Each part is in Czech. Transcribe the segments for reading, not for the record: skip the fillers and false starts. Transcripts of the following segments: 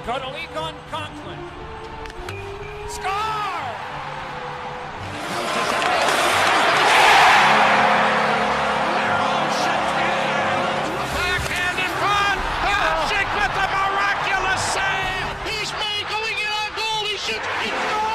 Cuddly gun Conklin. Score! Backhand in front. Hasek with a miraculous save. He's made going in on goal. He shoots. He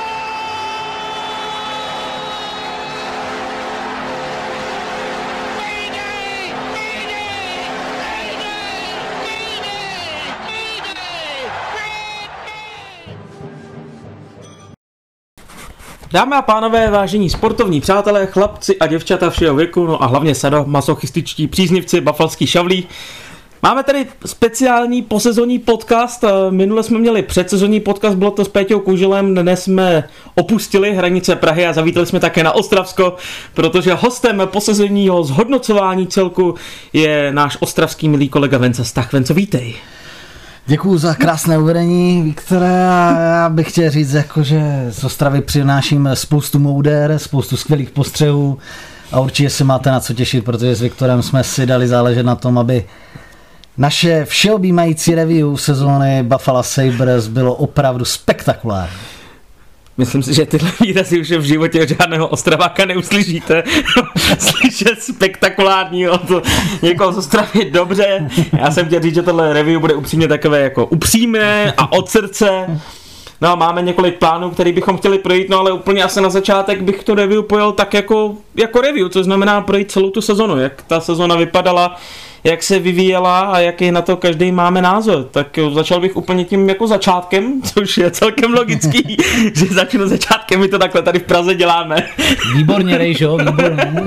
Dámy a pánové, vážení sportovní přátelé, chlapci a děvčata všeho věku, no a hlavně sadomasochističtí příznivci bafalských šavlí. Máme tady speciální posezonní podcast, minule jsme měli předsezonní podcast, bylo to s Péťou Kuželem, dnes jsme opustili hranice Prahy a zavítali jsme také na Ostravsko, protože hostem posezonního zhodnocování celku je náš ostravský milý kolega Venca Stach. Venco, vítej. Děkuju za krásné uvedení, Viktore, a já bych chtěl říct, že z Ostravy přináším spoustu mouder, spoustu skvělých postřehů a určitě se máte na co těšit, protože s Viktorem jsme si dali záležet na tom, aby naše všeobjímající review sezóny Buffalo Sabres bylo opravdu spektakulární. Myslím si, že tyhle výrazy už v životě od žádného Ostraváka neuslyšíte. Slyšet spektakulární od někoho z Ostravy, dobře. Já jsem chtěl říct, že tohle review bude upřímně takové jako upřímné a od srdce. No a máme několik plánů, který bychom chtěli projít, no ale úplně asi na začátek bych to review pojel tak jako review, což znamená projít celou tu sezonu, jak ta sezona vypadala, jak se vyvíjela a jaký na to každý máme názor. Tak začal bych úplně tím jako začátkem, což je celkem logický, že začnu začátkem, my to takhle tady v Praze děláme. Výborně, Rejžo, výborně.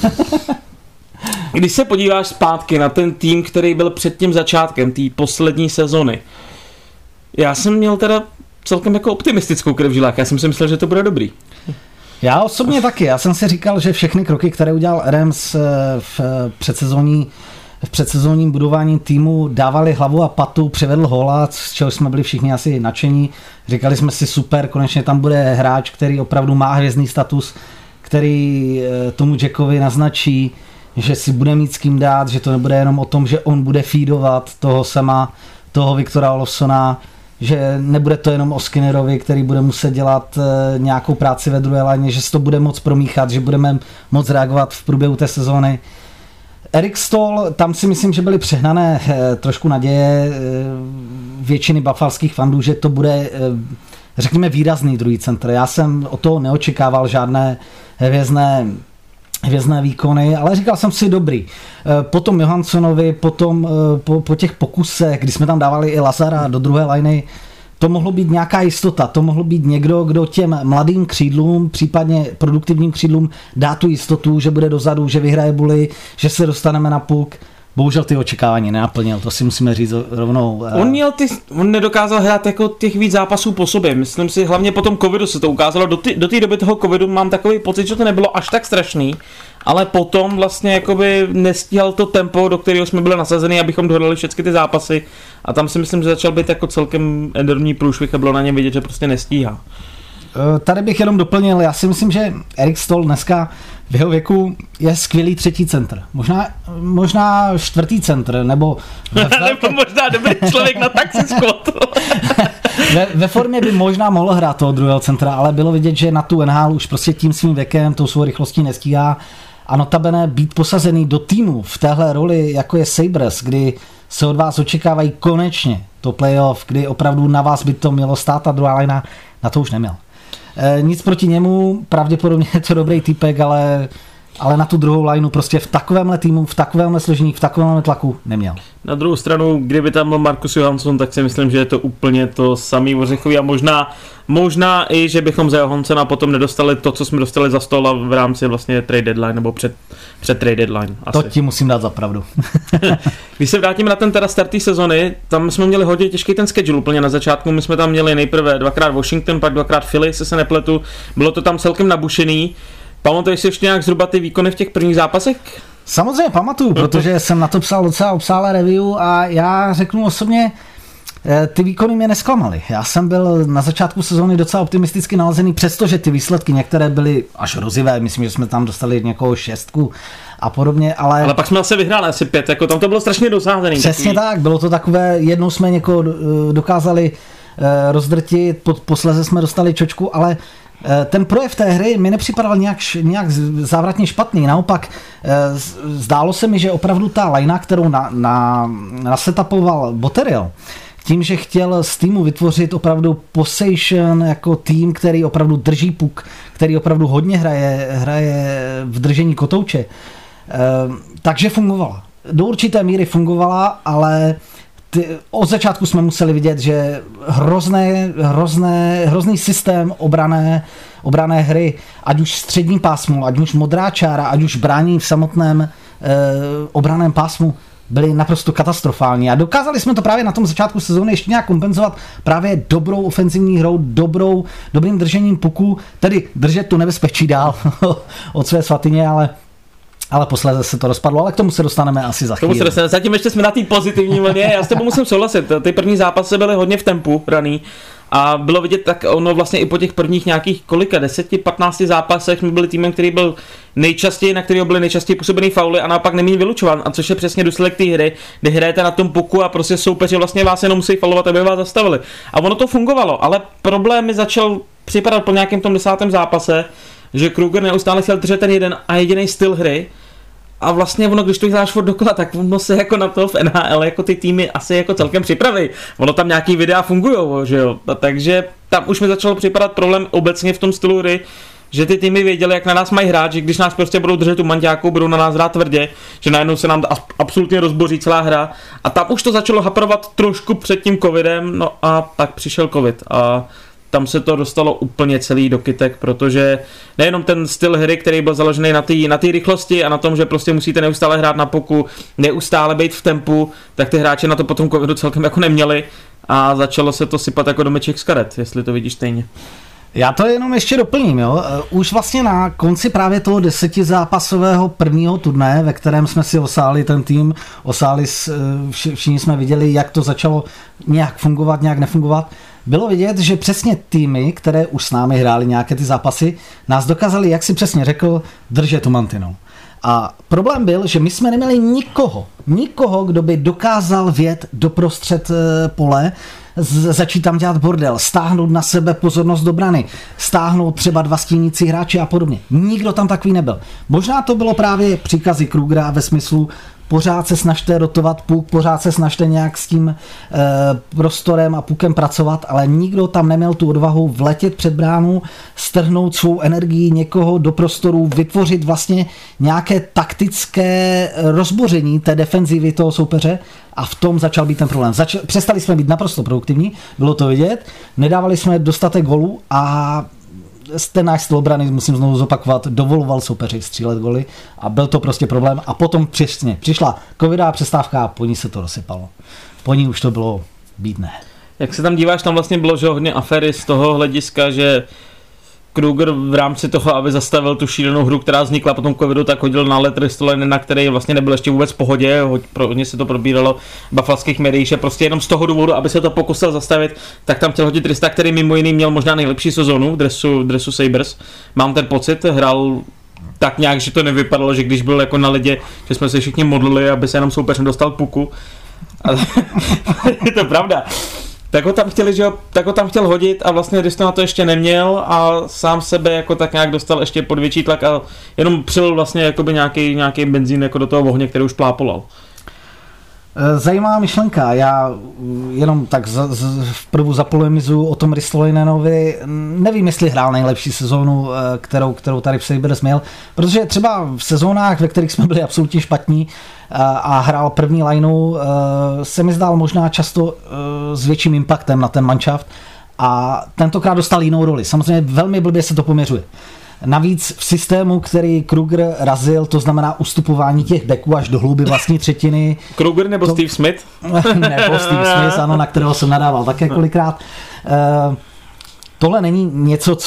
Když se podíváš zpátky na ten tým, který byl před tím začátkem té poslední sezony, já jsem měl teda celkem jako optimistickou krev v žilách, já jsem si myslel, že to bude dobrý. Já osobně taky, já jsem si říkal, že všechny kroky, které udělal Adams v předsezónním budování týmu, dávali hlavu a patu, přivedl hóla, z čeho jsme byli všichni asi nadšení. Říkali jsme si super, konečně tam bude hráč, který opravdu má hvězdný status, který tomu Jackovi naznačí, že si bude mít s kým dát, že to nebude jenom o tom, že on bude feedovat toho Sama, toho Viktora Olofsona, že nebude to jenom o Skinnerovi, který bude muset dělat nějakou práci ve druhé léně, že se to bude moc promíchat, že budeme moc reagovat v průběhu té sezóny. Erik Stoll, tam si myslím, že byly přehnané trošku naděje většiny bafalských fandů, že to bude, řekněme, výrazný druhý centr. Já jsem od toho neočekával žádné hvězdné výkony, ale říkal jsem si dobrý. Po tom Johanssonovi, po těch pokusech, kdy jsme tam dávali i Lazara do druhé liny, to mohlo být nějaká jistota, to mohlo být někdo, kdo těm mladým křídlům, případně produktivním křídlům dá tu jistotu, že bude dozadu, že vyhraje buly, že se dostaneme na puk. Bohužel ty očekávání nenaplnil, to si musíme říct rovnou. On nedokázal hrát jako těch víc zápasů po sobě, myslím si, hlavně po tom covidu se to ukázalo, do té doby toho covidu mám takový pocit, že to nebylo až tak strašný, ale potom vlastně jakoby nestíhal to tempo, do kterého jsme byli nasazeni, abychom dohrali všechny ty zápasy a tam si myslím, že začal být jako celkem enormní průšvih a bylo na něm vidět, že prostě nestíhá. Tady bych jenom doplnil, já si myslím, že Erik Stoll dneska v jeho věku je skvělý třetí centr. Možná čtvrtý centr, nebo možná dobrý člověk na taxiskot. ve formě by možná mohl hrát toho druhého centra, ale bylo vidět, že na tu NHL už prostě tím svým věkem, tou svou rychlostí nestíhá a notabene být posazený do týmu v téhle roli, jako je Sabres, kdy se od vás očekávají konečně to playoff, kdy opravdu na vás by to mělo stát a druhá lina, na to už neměl. Nic proti němu, pravděpodobně je to dobrý týpek, ale na tu druhou lineu prostě v takovémhle týmu, v takovémhle složení, v takovémhle tlaku neměl. Na druhou stranu, kdyby tam byl Marcus Johansson, tak si myslím, že je to úplně to samý ořechový a možná i, že bychom za Johanssona potom nedostali to, co jsme dostali za Stolla v rámci vlastně trade deadline, nebo před trade deadline. Asi. To ti musím dát za pravdu. Když se vrátíme na ten teda start té sezony, tam jsme měli hodně těžký ten schedule úplně na začátku, my jsme tam měli nejprve dvakrát Washington, pak dvakrát Philly, se nepletu, bylo to tam celkem nabušený. Pamatuješ si ještě nějak zhruba ty výkony v těch prvních zápasech? Samozřejmě pamatuju, protože jsem na to psal docela obsáhlé review a já řeknu osobně, ty výkony mě nesklamaly. Já jsem byl na začátku sezóny docela optimisticky nalazený, přestože ty výsledky některé byly až hrozivé. Myslím, že jsme tam dostali někoho 6 a podobně, ale pak jsme asi vyhráli asi 5, jako tam to bylo strašně dosázený. Přesně takový. Tak, bylo to takové, jednou jsme někoho dokázali rozdrtit, posléze jsme dostali čočku, ale ten projev té hry mi nepřipadal nějak závratně špatný. Naopak zdálo se mi, že opravdu ta linea, kterou nasetapoval Botterill, tím, že chtěl z týmu vytvořit opravdu possession jako tým, který opravdu drží puk, který opravdu hodně hraje v držení kotouče, takže fungovala. Do určité míry fungovala, ale od začátku jsme museli vidět, že hrozný systém obrané hry, ať už střední pásmu, ať už modrá čára, ať už brání v samotném obraném pásmu, byly naprosto katastrofální. A dokázali jsme to právě na tom začátku sezóny ještě nějak kompenzovat právě dobrou ofenzivní hrou, dobrým držením puku, tedy držet tu nebezpečí dál od své svatyně, ale posléze se to rozpadlo, ale k tomu se dostaneme asi za chvíli. Zatím ještě jsme na té pozitivní vlně, já s tebou musím souhlasit, ty první zápasy byly hodně v tempu raný a bylo vidět, tak ono vlastně i po těch prvních nějakých 10-15 zápasech jsme byli týmem, který byl na kterého byly nejčastěji působený fauly a naopak neméně vylučovan, a což je přesně důsledek té hry, kdy hrajete na tom puku a prostě soupeři vlastně vás jenom musí faulovat, aby vás zastavili. A ono to fungovalo, ale problém mi začal připadat po nějakém tom 10. zápase, že Kruger neustále chtěl držet ten jeden a jediný styl hry. A vlastně ono, když to hráš furt dokola, tak ono se jako na to v NHL jako ty týmy asi jako celkem připraví. Ono tam nějaký videa fungujou, že jo. Takže tam už mi začalo připadat problém obecně v tom stylu hry, že ty týmy věděli, jak na nás mají hrát, že když nás prostě budou držet tu manťáku, budou na nás hrát tvrdě, že najednou se nám absolutně rozboří celá hra. A tam už to začalo haprovat trošku před tím covidem, no a tak přišel covid a tam se to dostalo úplně celý do kytek, protože nejenom ten styl hry, který byl založený na té rychlosti a na tom, že prostě musíte neustále hrát na puku, neustále být v tempu, tak ty hráči na to potom covidu celkem jako neměli a začalo se to sypat jako domeček z karet, jestli to vidíš stejně. Já to jenom ještě doplním, jo. Už vlastně na konci právě toho 10zápasového prvního turnaje, ve kterém jsme si osáli ten tým, všichni jsme viděli, jak to začalo nějak fungovat, nějak nefungovat. Bylo vidět, že přesně týmy, které už s námi hrály nějaké ty zápasy, nás dokázali, jak si přesně řekl, držet tu mantinou. A problém byl, že my jsme neměli nikoho, kdo by dokázal vjet doprostřed pole, začít tam dělat bordel, stáhnout na sebe pozornost do brany, stáhnout třeba 2 stínící hráči a podobně. Nikdo tam takový nebyl. Možná to bylo právě příkazy Krugera ve smyslu pořád se snažte rotovat puk, pořád se snažte nějak s tím prostorem a pukem pracovat, ale nikdo tam neměl tu odvahu vletět před bránu, strhnout svou energii někoho do prostoru, vytvořit vlastně nějaké taktické rozboření té defenzivy toho soupeře a v tom začal být ten problém. Přestali jsme být naprosto produktivní, bylo to vidět, nedávali jsme dostatek golů a ten náš styl obrany, musím znovu zopakovat, dovoloval soupeři střílet goly a byl to prostě problém a potom přišla covidová přestávka a po ní se to rozsypalo. Po ní už to bylo bídné. Jak se tam díváš, tam vlastně bylo že hodně aféry z toho hlediska, že Kruger v rámci toho, aby zastavil tu šílenou hru, která vznikla po tom covidu, tak hodil na let Ristolainena, který vlastně nebyl ještě vůbec v pohodě, hodně se to probíralo v buffalských médiích, že prostě jenom z toho důvodu, aby se to pokusil zastavit, tak tam chtěl hodit Rista, který mimo jiný měl možná nejlepší sezonu v dresu Sabres. Mám ten pocit, hrál tak nějak, že to nevypadalo, že když byl jako na ledě, že jsme se všichni modlili, aby se jenom soupeř dostal puku. Je to pravda. Tak ho tam chtěl hodit a vlastně Risto na to ještě neměl a sám sebe jako tak nějak dostal ještě pod větší tlak a jenom přilil vlastně jakoby nějaký benzín jako do toho ohně, který už plápolal. Zajímavá myšlenka, já jenom tak vprvu zapolemizuju o tom Ristolainenovi, nevím, jestli hrál nejlepší sezónu, kterou tady v Sabres měl, protože třeba v sezónách, ve kterých jsme byli absolutně špatní a hrál první lineu, se mi zdál možná často s větším impactem na ten manšaft a tentokrát dostal jinou roli, samozřejmě velmi blbě se to poměřuje. Navíc v systému, který Kruger razil, to znamená ustupování těch backů až do hlouby vlastní třetiny. Kruger nebo Steve Smith? Nebo Steve Smith, ano, na kterého jsem nadával také kolikrát. Tohle není něco,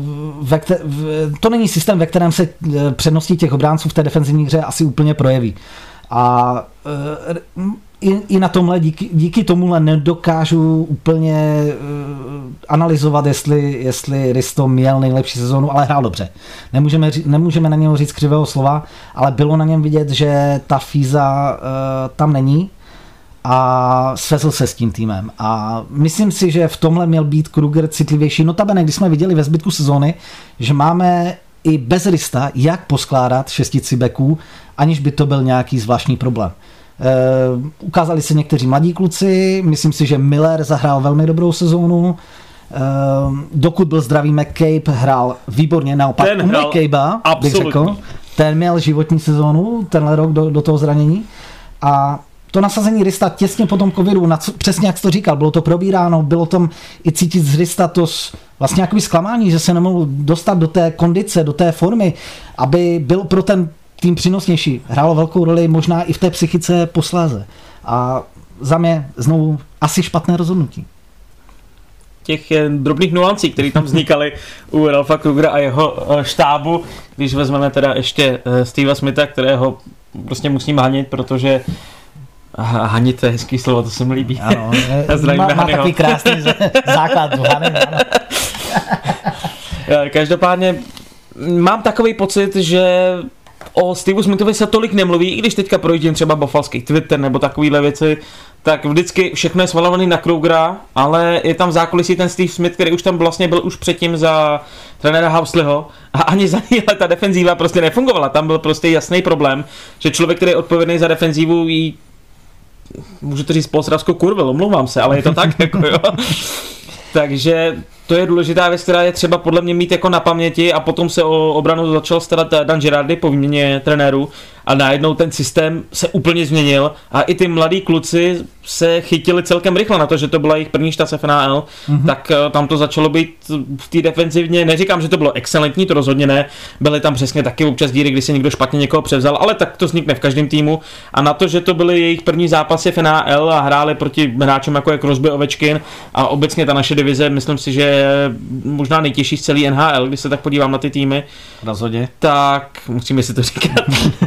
to není systém, ve kterém se přednosti těch obránců v té defenzivní hře asi úplně projeví. A i na tomhle, díky tomuhle nedokážu úplně analyzovat, jestli Risto měl nejlepší sezónu, ale hrál dobře. Nemůžeme na něho říct křivého slova, ale bylo na něm vidět, že ta fíza tam není a svezl se s tím týmem. A myslím si, že v tomhle měl být Kruger citlivější. Notabene, když jsme viděli ve zbytku sezóny, že máme i bez Rista, jak poskládat šestici beků, aniž by to byl nějaký zvláštní problém. Ukázali se někteří mladí kluci, myslím si, že Miller zahrál velmi dobrou sezónu, dokud byl zdravý McCabe, hrál výborně, naopak u McCabea, bych řekl, ten měl životní sezónu, tenhle rok do toho zranění a to nasazení Rista těsně po tom covidu, přesně jak jsi to říkal, bylo to probíráno, bylo tam i cítit z Rista to vlastně jakoby zklamání, že se nemohl dostat do té kondice, do té formy, aby byl pro ten tým přínosnější. Hrálo velkou roli možná i v té psychice posléze. A za mě znovu asi špatné rozhodnutí. Těch drobných nuancí, které tam vznikaly u Ralfa Krugera a jeho štábu, když vezmeme teda ještě Steva Smitha, kterého prostě musím hanit, protože hanit, to je hezký slovo, to se mi líbí. Ano, má takový krásný základ. Každopádně mám takový pocit, že o Steveu Smithovi se tolik nemluví, i když teďka projíždím třeba bofalský Twitter nebo takovýhle věci, tak vždycky všechno je svalovaný na Krugera, ale je tam v zákulisí ten Steve Smith, který už tam vlastně byl už předtím za trenéra Housleyho a ani za něj ta defenzíva prostě nefungovala. Tam byl prostě jasný problém, že člověk, který je odpovědný za defenzívu, můžu to říct polostravskou kurvil, omlouvám se, ale je to tak, jako jo. Takže to je důležitá věc, která je třeba podle mě mít jako na paměti a potom se o obranu začal starat Dan Girardi po výměně trenérů a najednou ten systém se úplně změnil a i ty mladí kluci se chytili celkem rychle na to, že to byla jejich první štace v NHL, tak tam to začalo být v té defenzivně, neříkám, že to bylo excelentní, to rozhodně ne, byly tam přesně taky občas díry, kdy se někdo špatně někoho převzal, ale tak to vznikne v každém týmu a na to, že to byly jejich první zápasy v NHL a hráli proti hráčům jako je Crosby, Ovečkin a obecně ta naše divize, myslím si, že je možná nejtěžší z celý NHL, když se tak podívám na ty týmy. Rozhodně. Tak, musíme si to říkat,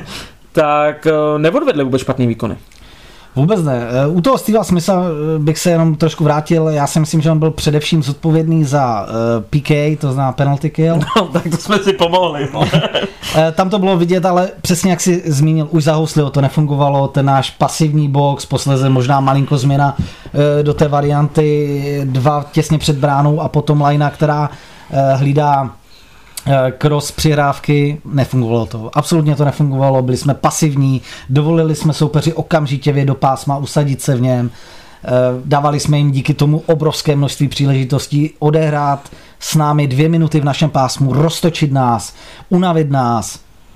tak neodvedli vůbec špatný výkony. Vůbec ne. U toho Steva Smitha bych se jenom trošku vrátil. Já si myslím, že on byl především zodpovědný za PK, to znamená penalty kill. No, tak to jsme si pomohli. Tam to bylo vidět, ale přesně jak si zmínil, už za Housleyho to nefungovalo, ten náš pasivní box, posléze možná malinko změna do té varianty 2 těsně před bránou a potom linea, která hlídá cross přihrávky, nefungovalo to. Absolutně to nefungovalo, byli jsme pasivní, dovolili jsme soupeři okamžitě vjet do pásma, usadit se v něm, dávali jsme jim díky tomu obrovské množství příležitostí odehrát s námi 2 minuty v našem pásmu, roztočit nás, unavit nás.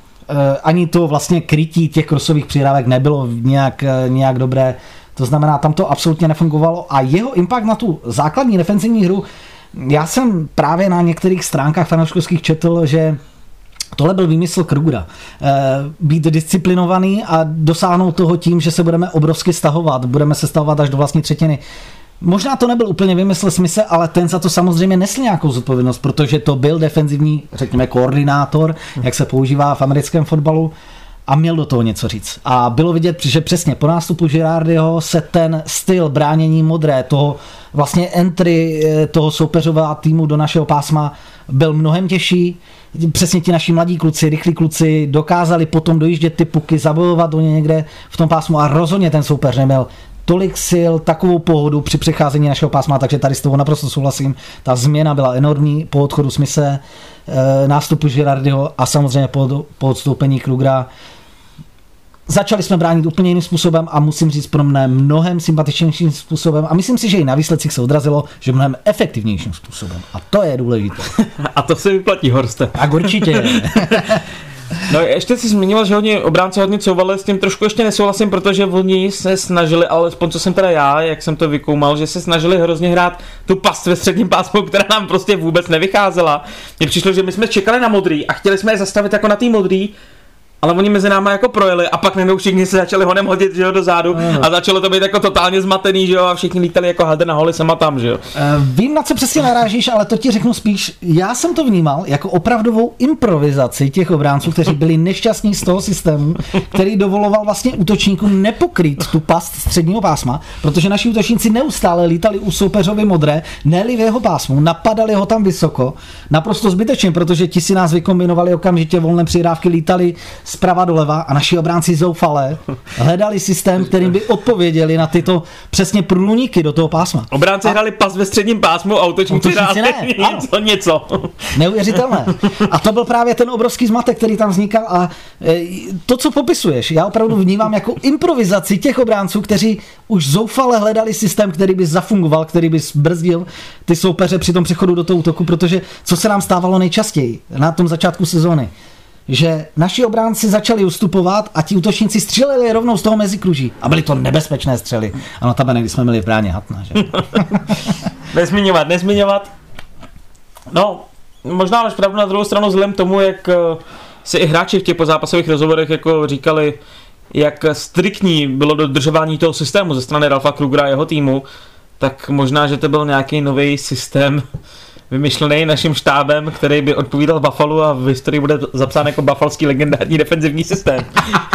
Ani to vlastně krytí těch crossových přihrávek nebylo nějak dobré, to znamená, tam to absolutně nefungovalo a jeho impact na tu základní defenzivní hru. Já jsem právě na některých stránkách fanouškovských četl, že tohle byl výmysl Krugera. Být disciplinovaný a dosáhnout toho tím, že se budeme obrovsky stahovat. Budeme se stahovat až do vlastní třetiny. Možná to nebyl úplně výmysl Smithe, ale ten za to samozřejmě nesl nějakou zodpovědnost, protože to byl defenzivní, řekněme, koordinátor, jak se používá v americkém fotbalu. A měl do toho něco říct. A bylo vidět, že přesně po nástupu Girardiho se ten styl bránění modré, toho vlastně entry toho soupeřového týmu do našeho pásma byl mnohem těžší. Přesně ti naši mladí kluci, rychlí kluci dokázali potom dojíždět ty puky, zabojovat do ně někde v tom pásmu a rozhodně ten soupeř neměl tolik sil, takovou pohodu při přecházení našeho pásma, takže tady s tebou naprosto souhlasím. Ta změna byla enormní po odchodu Smithe, nástupu Girardiho a samozřejmě po odstoupení Krugera. Začali jsme bránit úplně jiným způsobem a musím říct pro mne mnohem sympatičnějším způsobem a myslím si, že i na výsledcích se odrazilo, že mnohem efektivnějším způsobem. A to je důležité. A to se vyplatí, Horste. Tak určitě. No ještě si zmiňoval, že hodně obránci hodně couvali, s tím trošku ještě nesouhlasím, protože oni se snažili, alespoň co jsem teda já, jak jsem to vykoumal, že se snažili hrozně hrát tu past ve středním pásmu, která nám prostě vůbec nevycházela. Mně přišlo, že my jsme čekali na modrý a chtěli jsme je zastavit jako na té modrý, ale oni mezi náma jako projeli a pak najednou všichni se začali honem hodit, že jo, dozadu a začalo to být jako totálně zmatený, že jo, a všichni lítali jako hadr na holi sem a tam, že jo. Vím, na co přesně narážíš, ale to ti řeknu spíš, já jsem to vnímal jako opravdovou improvizaci těch obránců, kteří byli nešťastní z toho systému, který dovoloval vlastně útočníkům nepokrýt tu past středního pásma, protože naši útočníci neustále lítali u soupeřovi modré, ne-li v jeho pásmu, napadali ho tam vysoko, naprosto zbytečně, protože ti si nás vykombinovali okamžitě volné přihrávky, lítali zprava doleva a naši obránci zoufale hledali systém, kterým by odpověděli na tyto přesně průniky do toho pásma. Obránci hrali pas ve středním pásmu a útočníci něco. Neuvěřitelné. A to byl právě ten obrovský zmatek, který tam vznikal a to, co popisuješ, já opravdu vnímám jako improvizaci těch obránců, kteří už zoufale hledali systém, který by zafungoval, který by zbrzdil ty soupeře při tom přechodu do toho útoku, protože co se nám stávalo nejčastěji na tom začátku sezóny, že naši obránci začali ustupovat a ti útočníci střelili rovnou z toho mezikruží. A byly to nebezpečné střely. A notabene, když jsme měli v bráně Hatna, že? Nesmiňovat. No, možná máš pravdu, na druhou stranu vzhledem tomu, jak si i hráči v těch pozápasových rozhovorech jako říkali, jak striktní bylo dodržování toho systému ze strany Ralfa Krugera a jeho týmu, tak možná, že to byl nějaký nový systém vymyšlený naším štábem, který by odpovídal Buffalo a v historii bude zapsán jako buffalský legendární defenzivní systém.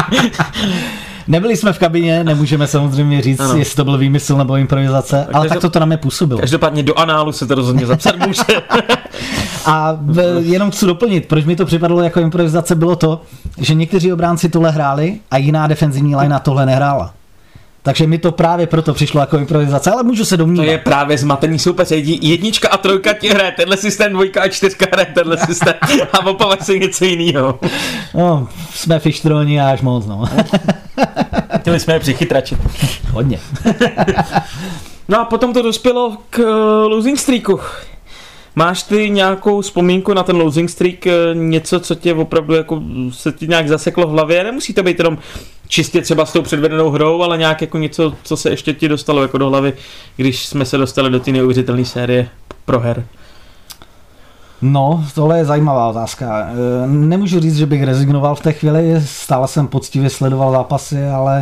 Nebyli jsme v kabině, nemůžeme samozřejmě říct, ano, jestli to byl výmysl nebo improvizace, ale tak to na mě působilo. Každopádně do análu se to rozhodně zapsat může. A jenom chci doplnit, proč mi to připadalo jako improvizace, bylo to, že někteří obránci tohle hráli a jiná defenzivní linea tohle nehrála. Takže mi to právě proto přišlo jako improvizace, ale můžu se domnívat. To je právě zmatený soupeř. Jednička a trojka ti hraje tenhle systém, dvojka a čtyřka hraje tenhle systém a opavaš se něco jiného. No, jsme fištroni až moc, no. Chtěli jsme je přichytračit. Hodně. No a potom to dospělo k losing streaku. Máš ty nějakou vzpomínku na ten losing streak, něco, co tě opravdu jako se ti nějak zaseklo v hlavě? Nemusí to být jenom čistě třeba s tou předvedenou hrou, ale nějak jako něco, co se ještě ti dostalo jako do hlavy, když jsme se dostali do té neuvěřitelné série proher. No, tohle je zajímavá otázka. Nemůžu říct, že bych rezignoval v té chvíli, stále jsem poctivě sledoval zápasy, ale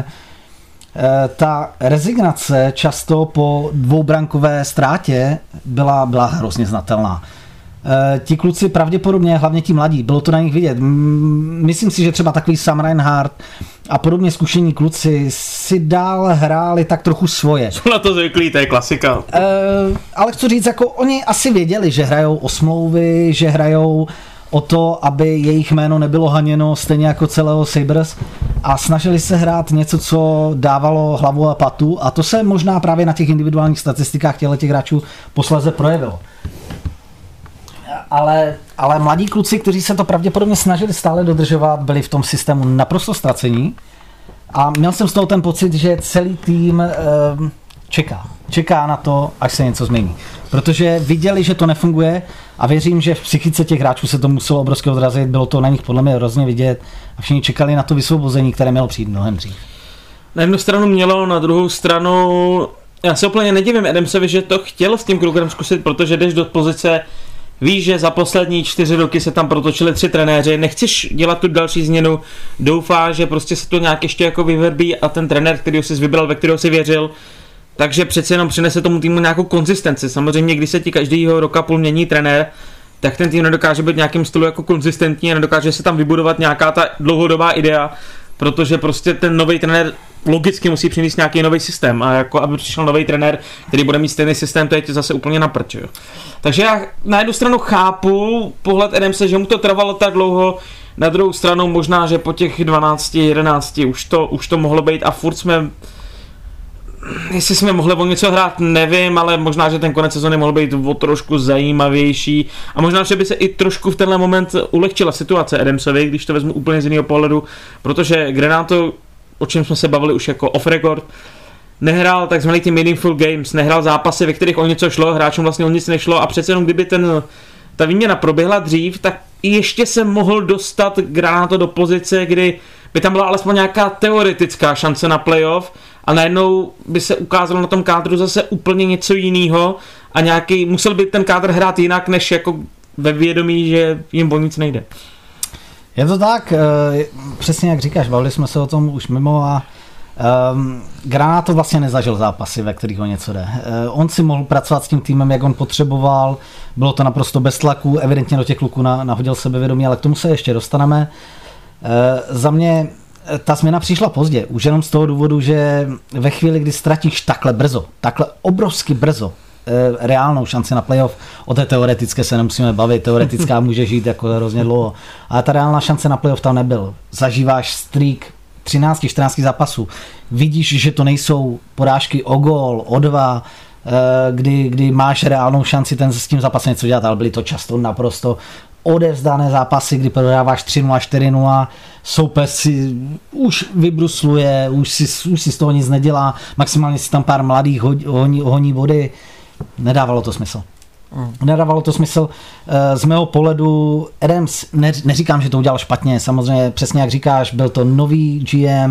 ta rezignace často po dvoubrankové ztrátě byla hrozně znatelná. Ti kluci pravděpodobně, hlavně ti mladí, bylo to na nich vidět. Myslím si, že třeba takový Sam Reinhardt a podobně zkušení kluci si dál hráli tak trochu svoje. Jsou na to zvyklí, to je klasika. Ale chci říct, jako oni asi věděli, že hrajou o smlouvy, že hrajou o to, aby jejich jméno nebylo haněno stejně jako celého Sabres a snažili se hrát něco, co dávalo hlavu a patu a to se možná právě na těch individuálních statistikách těch hráčů posléze projevilo. Ale mladí kluci, kteří se to pravděpodobně snažili stále dodržovat, byli v tom systému naprosto ztracení a měl jsem z toho ten pocit, že celý tým čeká na to, až se něco změní. Protože viděli, že to nefunguje a věřím, že v psychice těch hráčů se to muselo obrovsky odrazit, bylo to na nich podle mě hrozně vidět a všichni čekali na to vysvobození, které mělo přijít mnohem dřív. Na jednu stranu mělo, na druhou stranu já se úplně nedivím Adamsovi, že to chtěl s tím Krugerem zkusit, protože jdeš do pozice, víš, že za poslední 4 roky se tam protočili 3 trenéři, nechceš dělat tu další změnu, doufáš, že prostě se to nějak ještě jako vyverbí a ten trenér, kterýho jsi vybral, ve kterého jsi věřil, takže přece jenom přinese tomu týmu nějakou konzistenci. Samozřejmě, když se ti každýho roka půl mění trenér, tak ten tým nedokáže být nějakým stylu jako konzistentní a nedokáže se tam vybudovat nějaká ta dlouhodobá idea, protože prostě ten nový trenér logicky musí přinést nějaký nový systém a jako aby přišel nový trenér, který bude mít stejný systém, to je zase úplně na prč. Takže já na jednu stranu chápu pohled Adamse, že mu to trvalo tak dlouho, na druhou stranu možná, že po těch 12, 11 už to mohlo být a furt jsme, jestli jsme mohli o něco hrát, nevím, ale možná, že ten konec sezony mohl být o trošku zajímavější a možná, že by se i trošku v tenhle moment ulehčila situace Adamsovi, když to vezmu úplně z jiného pohledu, protože Granato, o čem jsme se bavili už jako off record, nehrál takzvaný ty meaningful games, nehrál zápasy, ve kterých o něco šlo, hráčům vlastně o nic nešlo a přece jenom kdyby ta výměna proběhla dřív, tak ještě se mohl dostat Granato do pozice, kdy by tam byla alespoň nějaká teoretická šance na playoff a najednou by se ukázalo na tom kádru zase úplně něco jiného a musel by ten kádr hrát jinak, než jako ve vědomí, že jim o nic nejde. Je to tak, přesně jak říkáš, bavili jsme se o tom už mimo a Granato vlastně nezažil zápasy, ve kterých ho něco jde. On si mohl pracovat s tím týmem, jak on potřeboval, bylo to naprosto bez tlaku, evidentně do těch kluků nahodil sebevědomí, ale k tomu se ještě dostaneme. Za mě ta změna přišla pozdě, už jenom z toho důvodu, že ve chvíli, kdy ztratíš takhle obrovsky brzo reálnou šanci na playoff, o té teoretické se nemusíme bavit, teoretická může žít jako hrozně dlouho, ale ta reálná šance na playoff tam nebyl. Zažíváš streak 13-14 zápasů, vidíš, že to nejsou porážky o gól, o 2, kdy máš reálnou šanci s tím zápasem něco dělat, ale byly to často naprosto odevzdané zápasy, kdy prodáváš 3-0, 4-0, soupeř si už vybrusluje, už si z toho nic nedělá, maximálně si tam pár mladých honí body. Nedávalo to smysl. Nedávalo to smysl. Z mého pohledu Adams, neříkám, že to udělal špatně, samozřejmě přesně jak říkáš, byl to nový GM,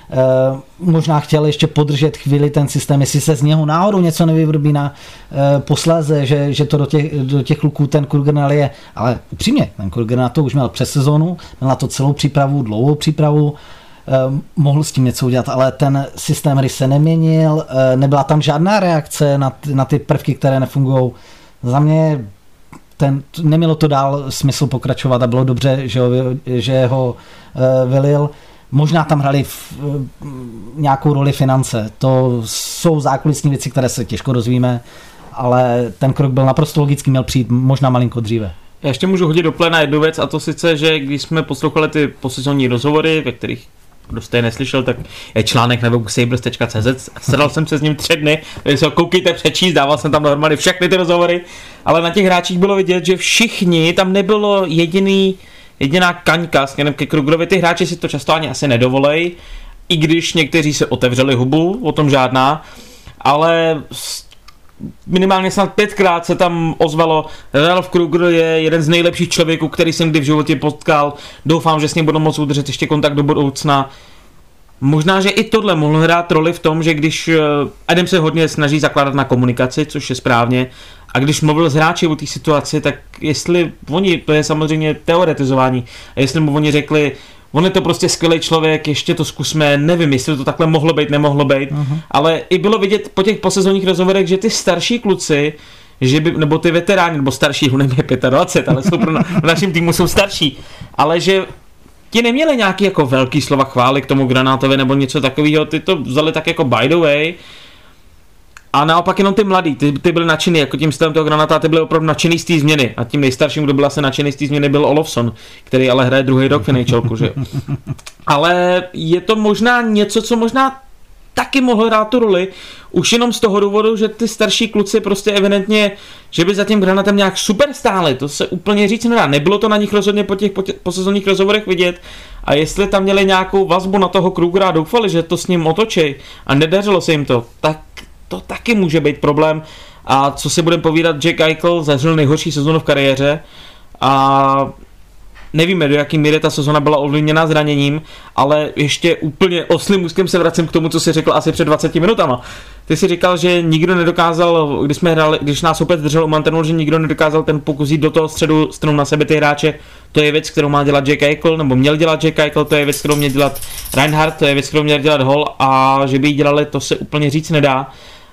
možná chtěl ještě podržet chvíli ten systém, jestli se z něho náhodou něco nevybrbí na posléze, že to do těch kluků ten Kruger nalije, ale upřímně, ten Kruger na to už měl přes sezónu, měl na to celou přípravu, dlouhou přípravu, mohl s tím něco udělat, ale ten systém hry se neměnil, nebyla tam žádná reakce na ty prvky, které nefungují. Za mě nemělo to dál smysl pokračovat a bylo dobře, že ho vylil. Možná tam hrali nějakou roli finance. To jsou zákulisní věci, které se těžko dozvíme, ale ten krok byl naprosto logický, měl přijít možná malinko dříve. Já ještě můžu hodit do pléna jednu věc, a to sice, že když jsme poslouchali ty posezonní rozhovory, ve kterých kdo jste je neslyšel, tak je článek na webu sabres.cz, sedal jsem se s ním 3 dny, takže se ho koukejte přečíst, dával jsem tam dohromady všechny ty rozhovory, ale na těch hráčích bylo vidět, že všichni, tam nebylo jediná kaňka směrem ke Krugerovi, ty hráči si to často ani asi nedovolej, i když někteří se otevřeli hubu, o tom žádná, ale minimálně snad 5krát se tam ozvalo, Ralph Kruger je jeden z nejlepších člověků, který jsem kdy v životě potkal, doufám, že s ním budu moct udržet ještě kontakt do budoucna. Možná, že i tohle mohlo hrát roli v tom, že když Adam se hodně snaží zakládat na komunikaci, což je správně, a když mluvil s hráči o té situaci, tak jestli oni, to je samozřejmě teoretizování, a jestli mu oni řekli, on je to prostě skvělý člověk, ještě to zkusme, nevím, jestli to takhle mohlo být, nemohlo být, ale i bylo vidět po těch posezonních rozhovorech, že ty starší kluci, nebo ty veteráni, nebo starší, on je 25, ale jsou v našem týmu jsou starší, ale že ti neměli nějaký jako velký slova chvály k tomu Granátovi nebo něco takového, ty to vzali tak jako by the way. A naopak jenom ty mladí, ty byli nadšený, jako tím stylem toho Granáta, ty byli opravdu nadšený z té změny. A tím nejstarším, kdo byl asi nadšený z té změny, byl Olofsson, který ale hraje druhý rok v NHLku, že jo. Ale je to možná něco, co možná taky mohlo hrát tu roli, už jenom z toho důvodu, že ty starší kluci prostě evidentně, že by za tím Granatem nějak super stáli, to se úplně říct nedá. Nebylo to na nich rozhodně po těch posezonních rozhovorech vidět, a jestli tam měli nějakou vazbu na toho Krugera a doufali, že to s ním otočí a nedařilo se jim to, tak to taky může být problém. A co si budeme povídat, Jack Eichel zažil nejhorší sezonu v kariéře a nevíme, do jaký míry ta sezona byla ovlivněná zraněním, ale ještě úplně oslým úzkem se vracím k tomu, co jsi řekl asi před 20 minutama. Ty jsi říkal, že nikdo nedokázal, když nás opět držel u mantenu, že nikdo nedokázal ten pokus jít do toho středu stranu na sebe ty hráče. To je věc, kterou má dělat Jack Eichel, nebo měl dělat Jack Eichel, to je věc, kterou měl dělat Reinhart, to je věc, kterou měl dělat Hall, a že by ji dělali, to se úplně říct nedá.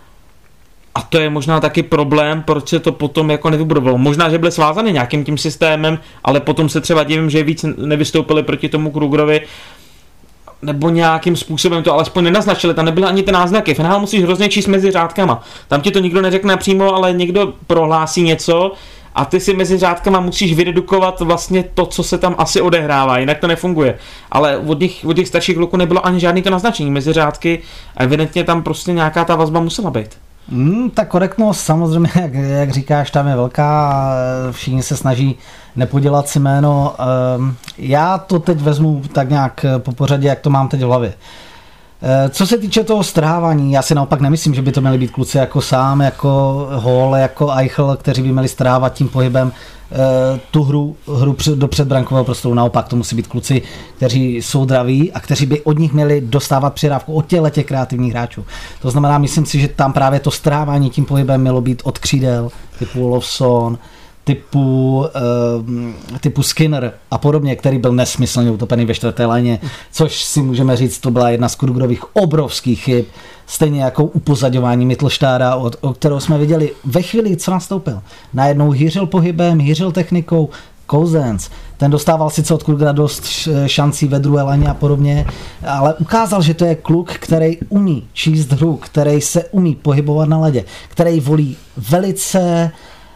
A to je možná taky problém, proč se to potom jako nevybudovalo. Možná, že byly svázány nějakým tím systémem, ale potom se třeba divím, že víc nevystoupili proti tomu Krugerovi, nebo nějakým způsobem to alespoň nenaznačili, tam nebyly ani ty náznaky. V NHL musíš hrozně číst mezi řádkama. Tam ti to nikdo neřekne přímo, ale někdo prohlásí něco a ty si mezi řádkama musíš vydedukovat vlastně to, co se tam asi odehrává, jinak to nefunguje. Ale od těch starších kluků nebylo ani žádný to naznačení mezi řádky a evidentně tam prostě nějaká ta vazba musela být. Ta korektnost samozřejmě, jak říkáš, tam je velká, všichni se snaží nepodělat si jméno. Já to teď vezmu tak nějak po pořadě, jak to mám teď v hlavě. Co se týče toho strhávání, já si naopak nemyslím, že by to měli být kluci jako sám, jako Hall, jako Eichel, kteří by měli strávat tím pohybem tu hru do předbrankového prostoru. Naopak to musí být kluci, kteří jsou draví a kteří by od nich měli dostávat přidávku od těch kreativních hráčů. To znamená, myslím si, že tam právě to strávání tím pohybem mělo být od křídel, typu Olofsson, typu Skinner a podobně, který byl nesmyslně utopený ve čtvrté léně, což si můžeme říct, to byla jedna z Krugerových obrovských chyb, stejně jako upozaďování Mittelstadta, o kterou jsme viděli ve chvíli, co nastoupil. Najednou hýřil pohybem, hýřil technikou, Cousins, ten dostával sice od Krugera dost šancí ve druhé léně a podobně, ale ukázal, že to je kluk, který umí číst hru, který se umí pohybovat na ledě, který volí velice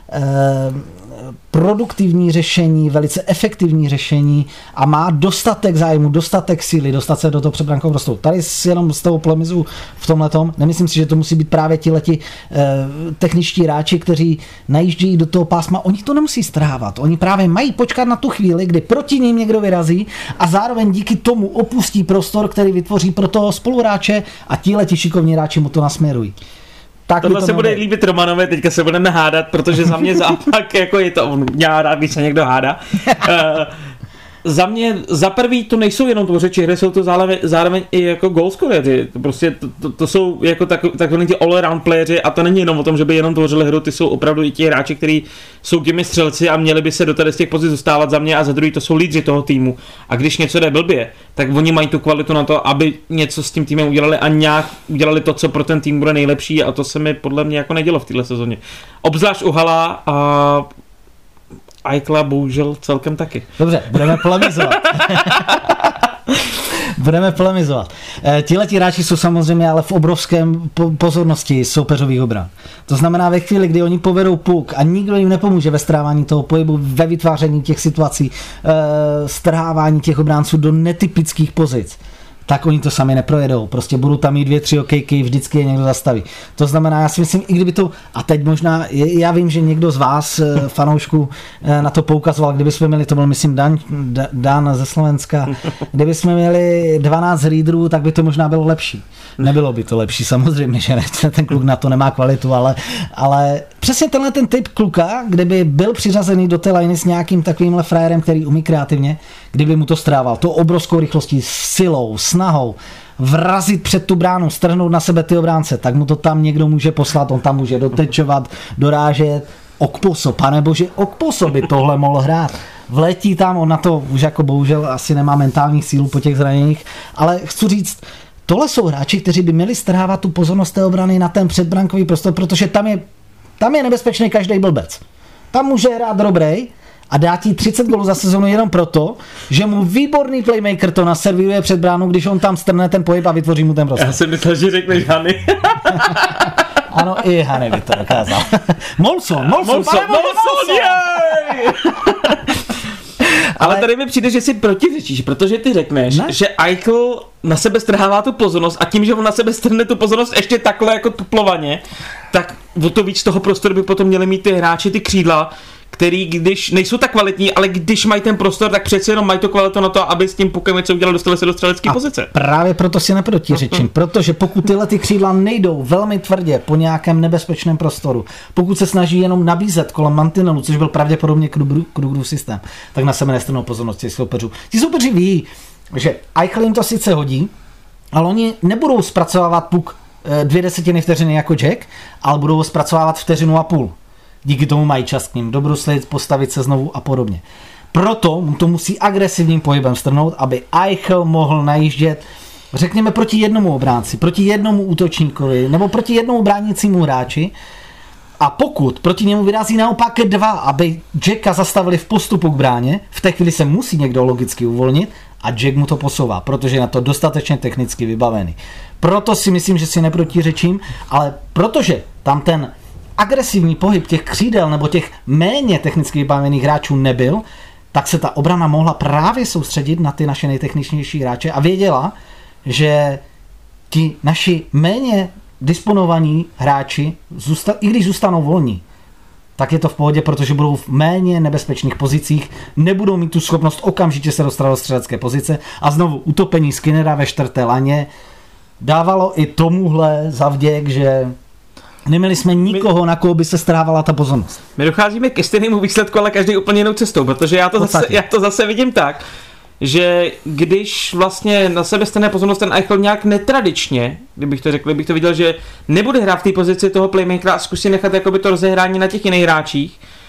produktivní řešení, velice efektivní řešení a má dostatek zájmu, dostatek síly, dostat se do toho předbrankového prostoru. Tady jenom z toho polemizu v tomhletom, nemyslím si, že to musí být právě tihleti techničtí hráči, kteří najíždějí do toho pásma, oni to nemusí strávat, oni právě mají počkat na tu chvíli, kdy proti ním někdo vyrazí a zároveň díky tomu opustí prostor, který vytvoří pro toho spoluhráče a tihleti šikovní hráči mu to nasměrují. Tohle se bude líbit Romanovi, teďka se budeme hádat, protože za mě zápak, jako je to, on měl rád, když se někdo hádá. Za mě, za prvý, to nejsou jenom tvořeči hry, jsou to zároveň i jako goalscoreři. Prostě to jsou jako takzvaný ti all-around playeři a to není jenom o tom, že by jenom tvořili hru, ty jsou opravdu i ti hráči, kteří jsou těmi střelci a měli by se do tady z těch pozic dostávat za mě a za druhý to jsou lídři toho týmu. A když něco jde blbě, tak oni mají tu kvalitu na to, aby něco s tím týmem udělali a nějak udělali to, co pro ten tým bude nejlepší a to se mi podle mě jako nedělo v této sezóně. Obzvlášť u Hala a Eichla bohužel celkem taky. Dobře, budeme polemizovat. Tihleti hráči jsou samozřejmě ale v obrovském pozornosti soupeřových obran. To znamená ve chvíli, kdy oni povedou puk a nikdo jim nepomůže ve strávání toho pohybu, ve vytváření těch situací, strhávání těch obránců do netypických pozic, tak oni to sami neprojedou. Prostě budou tam mít 2-3 okejky, vždycky je někdo zastaví. To znamená, já si myslím, i kdyby to, a teď možná, já vím, že někdo z vás, fanoušků, na to poukazoval, kdyby jsme měli, to byl myslím Dan ze Slovenska, kdyby jsme měli 12 lídrů, tak by to možná bylo lepší. Nebylo by to lepší, samozřejmě, že ne, ten kluk na to nemá kvalitu, ale přesně tenhle ten typ kluka, kdyby byl přiřazený do té liney s nějakým takovýmhle frajerem, který umí kreativně, kdyby mu to strával, to obrovskou rychlostí, silou, snahou, vrazit před tu bránu, strhnout na sebe ty obránce, tak mu to tam někdo může poslat, on tam může dotečovat, dorážet. Okposo, panebože, Okposo by tohle mohl hrát. Vletí tam, on na to už jako bohužel asi nemá mentální sílu po těch zraněních, ale chci říct, tohle jsou hráči, kteří by měli strhávat tu pozornost té obrany na ten předbrankový prostor, protože tam je nebezpečný každý blbec. Tam může hrát dobrý a dá ti 30 gólů za sezonu jenom proto, že mu výborný playmaker to naservíruje před bránou, když on tam strne ten pohyb a vytvoří mu ten prostor. Já jsem myslel, že řekneš Hany. Ano, i Hany by to dokázal. Molson, jej! Ale tady mi přijde, že si protiřečíš, protože ty řekneš, že Eichel na sebe strhává tu pozornost a tím, že on na sebe strhne tu pozornost ještě takhle jako tuplovaně, tak o to víc toho prostoru by potom měli mít ty hráči, ty křídla, který když nejsou tak kvalitní, ale když mají ten prostor, tak přece jenom mají to kvalitu na to, aby s tím pukem něco udělali, dostali se do střelecké pozice. Právě proto si neprotiřečím, protože pokud tyhle ty křídla nejdou velmi tvrdě po nějakém nebezpečném prostoru, pokud se snaží jenom nabízet kolem mantinelu, což byl pravděpodobně Krugerův systém, tak na sebe nestrnou pozornost těch soupeřů. Ti soupeři ví, že Eichel jim to sice hodí, ale oni nebudou zpracovávat puk 0,2 vteřiny jako Jack, ale budou ho zpracovávat 1,5 vteřiny. Díky tomu mají čas k ním dobruslit, postavit se znovu a podobně. Proto mu to musí agresivním pohybem strhnout, aby Eichel mohl najíždět, řekněme, proti jednomu obránci, proti jednomu útočníkovi nebo proti jednomu bránícímu hráči. A pokud proti němu vyrazí naopak 2, aby Jacka zastavili v postupu k bráně, v té chvíli se musí někdo logicky uvolnit a Jack mu to posouvá, protože je na to dostatečně technicky vybavený. Proto si myslím, že si neprotiřečím, ale protože tam ten agresivní pohyb těch křídel nebo těch méně technicky vybavených hráčů nebyl, tak se ta obrana mohla právě soustředit na ty naše nejtechničnější hráče a věděla, že ti naši méně disponovaní hráči, i když zůstanou volní, tak je to v pohodě, protože budou v méně nebezpečných pozicích, nebudou mít tu schopnost okamžitě se dostat do střelecké pozice a znovu utopení Skinnera ve 4. laně dávalo i tomuhle zavděk, že neměli jsme nikoho, na koho by se strávala ta pozornost. My docházíme ke stejnému výsledku, ale každý úplně jinou cestou, protože já to zase vidím tak, že když vlastně na sebe strane pozornost ten Eichel nějak netradičně, kdybych to řekl, bych to viděl, že nebude hrát v té pozici toho playmakera a zkusí nechat jakoby to rozehrání na těch jiných hráčích,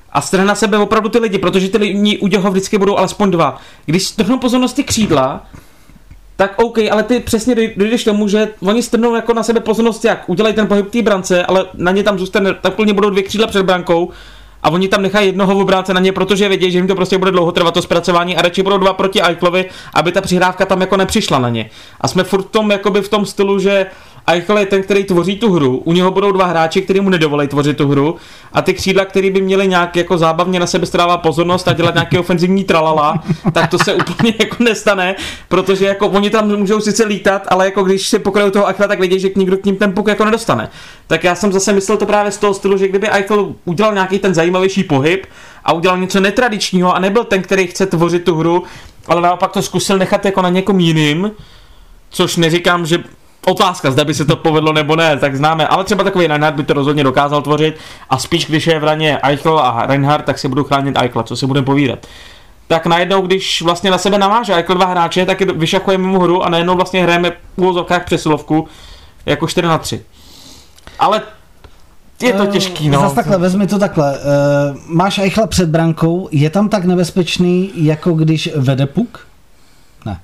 a strhne na sebe opravdu ty lidi, protože ty lidi u něho vždycky budou alespoň 2. Když strhnou pozornost ty křídla, tak OK, ale ty přesně dojdeš tomu, že oni strhnou jako na sebe pozornost jak, udělají ten pohyb té brance, ale na ně tam zůstane, tak plně budou 2 křídla před brankou a oni tam nechají jednoho obránce na ně, protože vědí, že jim to prostě bude dlouho trvat to zpracování a radši budou 2 proti Eichlovi, aby ta přihrávka tam jako nepřišla na ně. A jsme furt v tom stylu, že Eichel je ten, který tvoří tu hru, u něho budou 2 hráči, kteří mu nedovolí tvořit tu hru a ty křídla, který by měli nějak jako zábavně na sebe strávat pozornost a dělat nějaký ofenzivní tralala, tak to se úplně jako nestane, protože jako oni tam můžou sice lítat, ale jako když si pokrajou toho Eichla, tak vědí, že nikdo k ním ten puk jako nedostane. Tak já jsem zase myslel to právě z toho stylu, že kdyby Eichel udělal nějaký ten zajímavější pohyb a udělal něco netradičního a nebyl ten, který chce tvořit tu hru, ale naopak to zkusil nechat jako na někom jiným, což neříkám, že otázka, zda by se to povedlo nebo ne, tak známe, ale třeba takový Reinhardt by to rozhodně dokázal tvořit a spíš když je v raně Eichel a Reinhardt, tak si budu chránit Eichla, co si budeme povídat. Tak najednou, když vlastně na sebe naváže Eichel 2 hráče, tak vyšachujeme mu hru a najednou vlastně hrajeme v úvozovkách přesilovku jako 4-3. Ale je to těžký, no. Zas takhle, vezmi to takhle. Máš Eichla před brankou, je tam tak nebezpečný, jako když vede puk? Ne.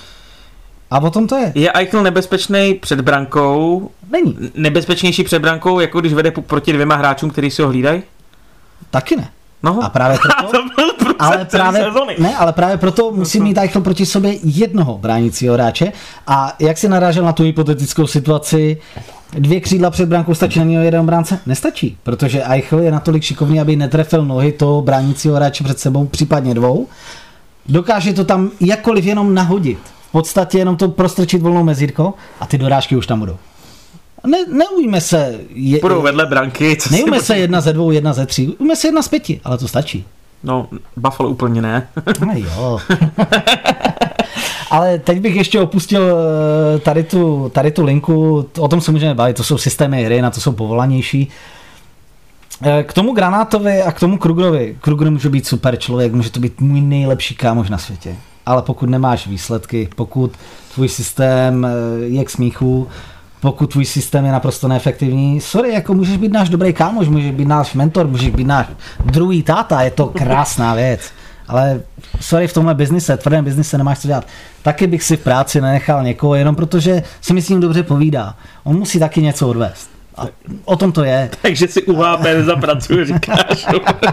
A o tom to je. Je Eichel nebezpečný před brankou? Není. Nebezpečnější před brankou, jako když vede puk proti 2 hráčům, kteří si ho hlídají? Taky ne. No. A právě proto, ale právě proto musí mít Eichel proti sobě jednoho bránícího hráče. A jak si narážel na tu hypotetickou situaci, 2 křídla před brankou stačí na něho jeden bránce? Nestačí, protože Eichel je natolik šikovný, aby netrefil nohy toho bránícího hráče před sebou, případně 2. Dokáže to tam jakkoliv jenom nahodit. V podstatě jenom to prostrčit volnou mezírko a ty dorážky už tam budou. Neujme se... Budou vedle branky. Neujme se 1 ze 2, 1 ze 3. Ujme se 1 z 5, ale to stačí. No, Buffalo úplně ne. No jo. Ale teď bych ještě opustil tady tu linku, o tom se můžeme bavit, to jsou systémy hry, na to jsou povolanější. K tomu Granátovi a k tomu Krugerovi. Kruger může být super člověk, může to být můj nejlepší kámoš na světě. Ale pokud nemáš výsledky, pokud tvůj systém je k smíchu, pokud tvůj systém je naprosto neefektivní, sorry, jako můžeš být náš dobrý kámoš, můžeš být náš mentor, můžeš být náš druhý táta, je to krásná věc. Ale sorry, v tomhle biznise, tvrdém biznise nemáš co dělat. Taky bych si v práci nenechal někoho, jenom protože si myslím dobře povídá. On musí taky něco odvést. A o tom to je. Takže si UHP nezapracuju, říkáš.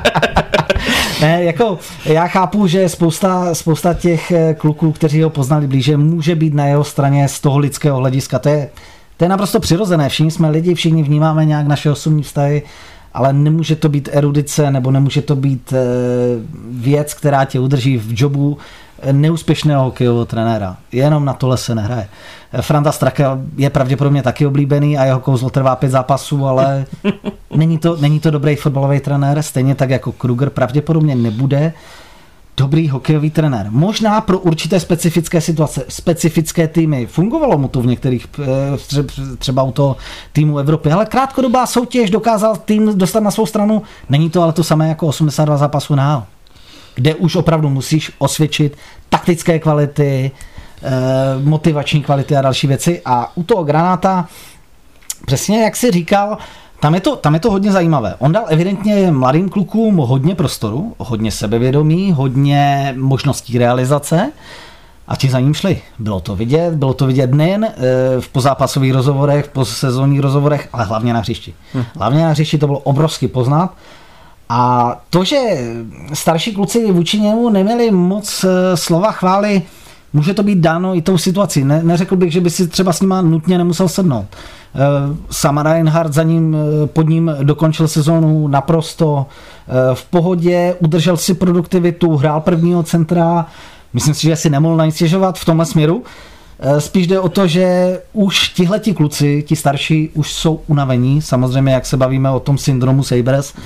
Ne, jako já chápu, že spousta těch kluků, kteří ho poznali blíže, může být na jeho straně z toho lidského hlediska. To je naprosto přirozené. Všichni jsme lidi, všichni vnímáme nějak naše osobní vztahy, ale nemůže to být erudice, nebo nemůže to být věc, která tě udrží v jobu neúspěšného hokejového trenéra. Jenom na tohle se nehraje. Franta Strakel je pravděpodobně taky oblíbený a jeho kouzlo trvá 5 zápasů, ale není to dobrý fotbalový trenér, stejně tak jako Kruger pravděpodobně nebude dobrý hokejový trenér. Možná pro určité specifické situace, specifické týmy. Fungovalo mu to v některých, třeba u toho týmu Evropy, ale krátkodobá soutěž dokázal tým dostat na svou stranu. Není to ale to samé jako 82 zápasů na hal, kde už opravdu musíš osvědčit taktické kvality, motivační kvality a další věci. A u toho Granáta, přesně jak jsi říkal, tam je to hodně zajímavé. On dal evidentně mladým klukům hodně prostoru, hodně sebevědomí, hodně možností realizace a ti za ním šli. Bylo to vidět nejen v pozápasových rozhovorech, v posezónních rozhovorech, ale hlavně na hřišti. Hlavně na hřišti to bylo obrovsky poznat. A to, že starší kluci vůči němu neměli moc slova chvály, může to být dáno i tou situací. Neřekl bych, že by si třeba s nima nutně nemusel sednout. Sam Reinhardt pod ním dokončil sezónu naprosto v pohodě, udržel si produktivitu, hrál prvního centra. Myslím si, že si nemohl na nic stěžovat v tomhle směru. Spíš jde o to, že už tihleti kluci, ti starší, už jsou unavení. Samozřejmě, jak se bavíme o tom syndromu Sabres.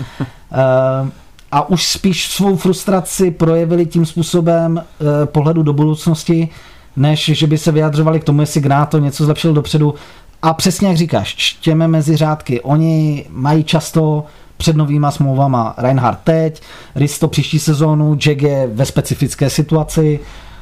A už spíš svou frustraci projevili tím způsobem pohledu do budoucnosti, než že by se vyjadřovali k tomu, jestli Granát něco zlepšil dopředu. A přesně jak říkáš, čtěme mezi řádky. Oni mají často před novýma smlouvama Reinhardt teď, Risto příští sezónu, Jack je ve specifické situaci.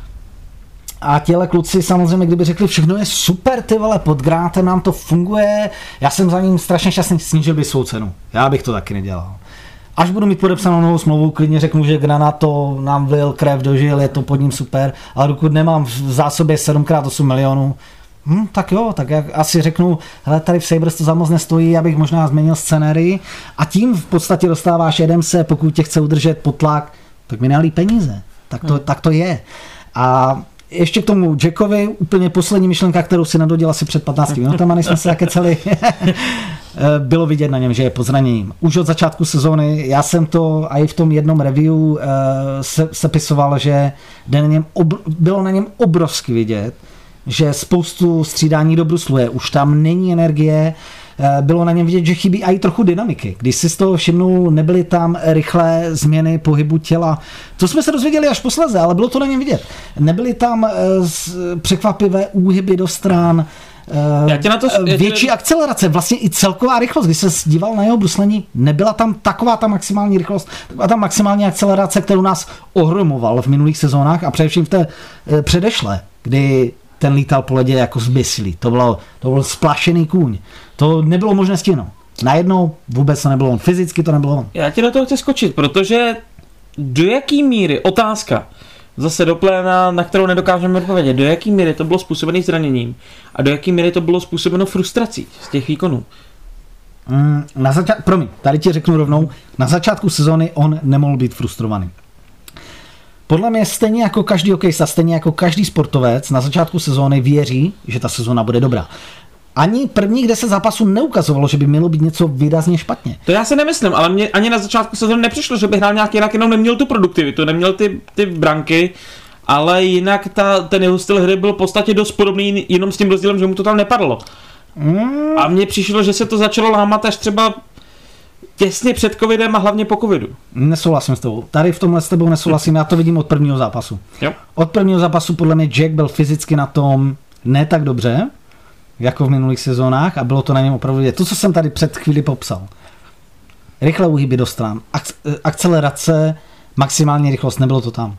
A těhle kluci samozřejmě, kdyby řekli, všechno je super, ty vole, pod Granátem nám to funguje, já jsem za ním strašně šťastný, snížil by svou cenu. Já bych to taky nedělal. Až budu mít podepsanou novou smlouvu, klidně řeknu, že Granato nám vlil krev do žil, je to pod ním super, ale dokud nemám v zásobě 7x8 milionů, tak jo, tak jak asi řeknu, hele, tady v Sabres to za moc nestojí, abych možná změnil scenérii a tím v podstatě dostáváš Adamse, pokud tě chce udržet pod tlak, tak mi nalí peníze. Tak to je. A ještě k tomu Jackovi úplně poslední myšlenka, kterou si nadodil asi před 15 minutami, než jsme se také celý bylo vidět na něm, že je pod zraněním. Už od začátku sezóny, já jsem to i v tom jednom review sepisoval, že bylo na něm obrovsky vidět, že spoustu střídání do bruslu je. Už tam není energie, bylo na něm vidět, že chybí i trochu dynamiky. Když si z toho všimnul, nebyly tam rychlé změny pohybu těla. To jsme se dozvěděli až posléze, ale bylo to na něm vidět. Nebyly tam překvapivé úhyby do stran, větší akcelerace, vlastně i celková rychlost. Když se díval na jeho bruslení, nebyla tam taková ta maximální rychlost, taková ta maximální akcelerace, kterou nás ohromoval v minulých sezónách a především v té předešlé, kdy ten lítal po ledě jako zběsilý. To byl splašený kůň. To nebylo možné stihnout. Najednou vůbec to nebylo on. Fyzicky to nebylo on. Já ti do toho chci skočit, protože do jaký míry, otázka, zase do pléna, na kterou nedokážeme odpovědět, do jaký míry to bylo způsobené zraněním a do jaký míry to bylo způsobeno frustrací z těch výkonů? Tady ti řeknu rovnou, na začátku sezóny on nemohl být frustrovaný. Podle mě stejně jako každý hokejista, stejně jako každý sportovec na začátku sezóny věří, že ta sezóna bude dobrá. Ani prvních 10 zápasů neukazovalo, že by mělo být něco výrazně špatně. To já si nemyslím, ale mě ani na začátku sezóny nepřišlo, že by hrál nějak jinak, jenom neměl tu produktivitu, neměl ty branky, ale jinak ten jeho styl hry byl v podstatě dost podobný, jenom s tím rozdílem, že mu to tam nepadlo. A mně přišlo, že se to začalo lámat až třeba těsně před covidem a hlavně po covidu. Nesouhlasím s tebou. Tady v tomhle s tebou nesouhlasím, já to vidím od prvního zápasu. Jo. Od prvního zápasu podle mě Jack byl fyzicky na tom ne tak dobře, jako v minulých sezónách a bylo to na něm opravdu vidět. To, co jsem tady před chvíli popsal. Rychlé úhyby do stran, akcelerace, maximální rychlost, nebylo to tam.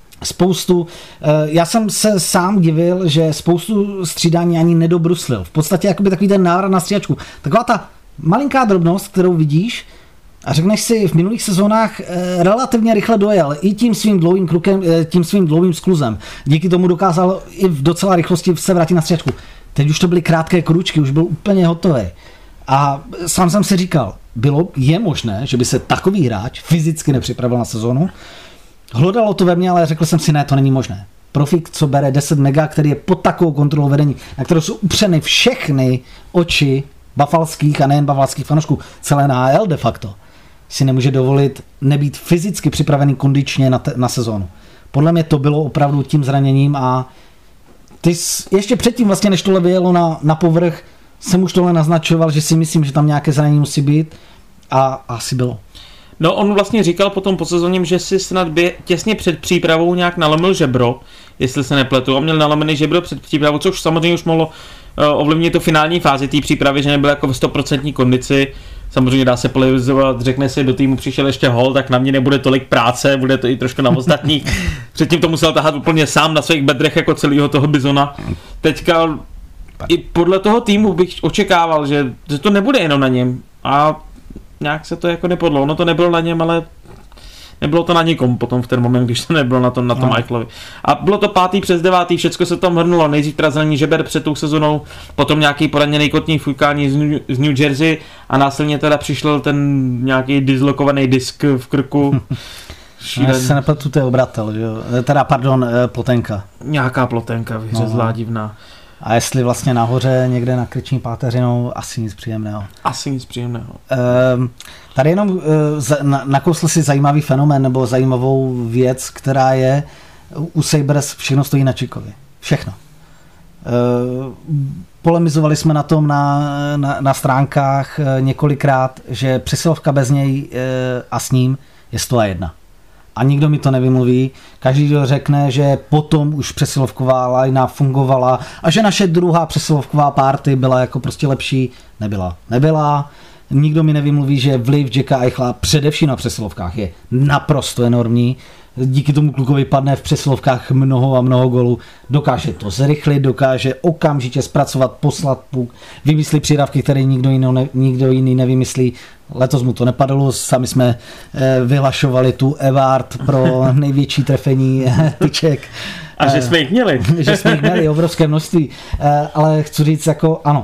Já jsem se sám divil, že spoustu střídání ani nedobruslil. V podstatě jakoby takový ten návrat na střídačku. Taková ta malinká drobnost, kterou vidíš a řekneš si, v minulých sezónách relativně rychle dojel i tím svým dlouhým krukem, tím svým dlouhým skluzem. Díky tomu dokázal i v docela rychlosti se vrátit na střídačku. Teď už to byly krátké kručky, už byl úplně hotový. A sám jsem si říkal, je možné, že by se takový hráč fyzicky nepřipravil na sezónu. Hlodalo to ve mně, ale řekl jsem si, ne, to není možné. Profík, co bere 10 mega, který je pod takovou kontrolou vedení, na kterou jsou upřeny všechny oči bafalských a nejen bafalských fanoušků, celé NHL de facto, si nemůže dovolit nebýt fyzicky připravený kondičně na sezónu. Podle mě to bylo opravdu tím zraněním a ty ještě předtím vlastně, než tohle vyjelo na povrch, jsem už tohle naznačoval, že si myslím, že tam nějaké zranění musí být a asi bylo. No on vlastně říkal potom po sezóně, že si snad těsně před přípravou nějak nalomil žebro, jestli se nepletu, a měl nalomený žebro před přípravou, což samozřejmě už mohlo ovlivnit tu finální fázi té přípravy, že nebyl jako v 100% kondici. Samozřejmě dá se polemizovat, řekne si, do týmu přišel ještě Hall, tak na mě nebude tolik práce, bude to i trošku na ostatních. Předtím to musel tahat úplně sám na svých bedrech jako celého toho bizona. Teďka i podle toho týmu bych očekával, že to nebude jenom na něm a nějak se to jako nepodlo. Ono to nebylo na něm, ale nebylo to na nikom potom v ten moment, když to nebylo na tom Michaelovi. A bylo to 5. přes 9. všecko se tam hrnulo. Nejdřív teda zranění žeber před tou sezonou, potom nějaký poraněný kotní fujkání z New Jersey a následně teda přišel ten nějaký dislokovaný disk v krku. Já se nepletu, to je obratel, že jo? Teda, pardon, plotenka. Nějaká plotenka vyřezlá divná. A jestli vlastně nahoře někde na krční páteřinou, asi nic příjemného. Tady jenom nakousl si zajímavý fenomén nebo zajímavou věc, která je u Sabres, všechno stojí na Čikovi. Všechno. Polemizovali jsme na tom na stránkách několikrát, že přesilovka bez něj a s ním je 101. A nikdo mi to nevymluví. Každý, kdo řekne, že potom už přesilovková linea fungovala a že naše druhá přesilovková party byla jako prostě lepší, nebyla. Nikdo mi nevymluví, že vliv Jacka Eichla především na přesilovkách je naprosto enormní. díky tomu klukovi padne v přesilovkách mnoho a mnoho golů. Dokáže to zrychlit, dokáže okamžitě zpracovat, poslat puk, vymyslí přidávky, které nikdo jiný nevymyslí. Letos mu to nepadalo, sami jsme vyhlašovali tu Evart pro největší trefení tyček. A že jsme jich měli. Že jsme jich měli obrovské množství. Ale chci říct, jako ano,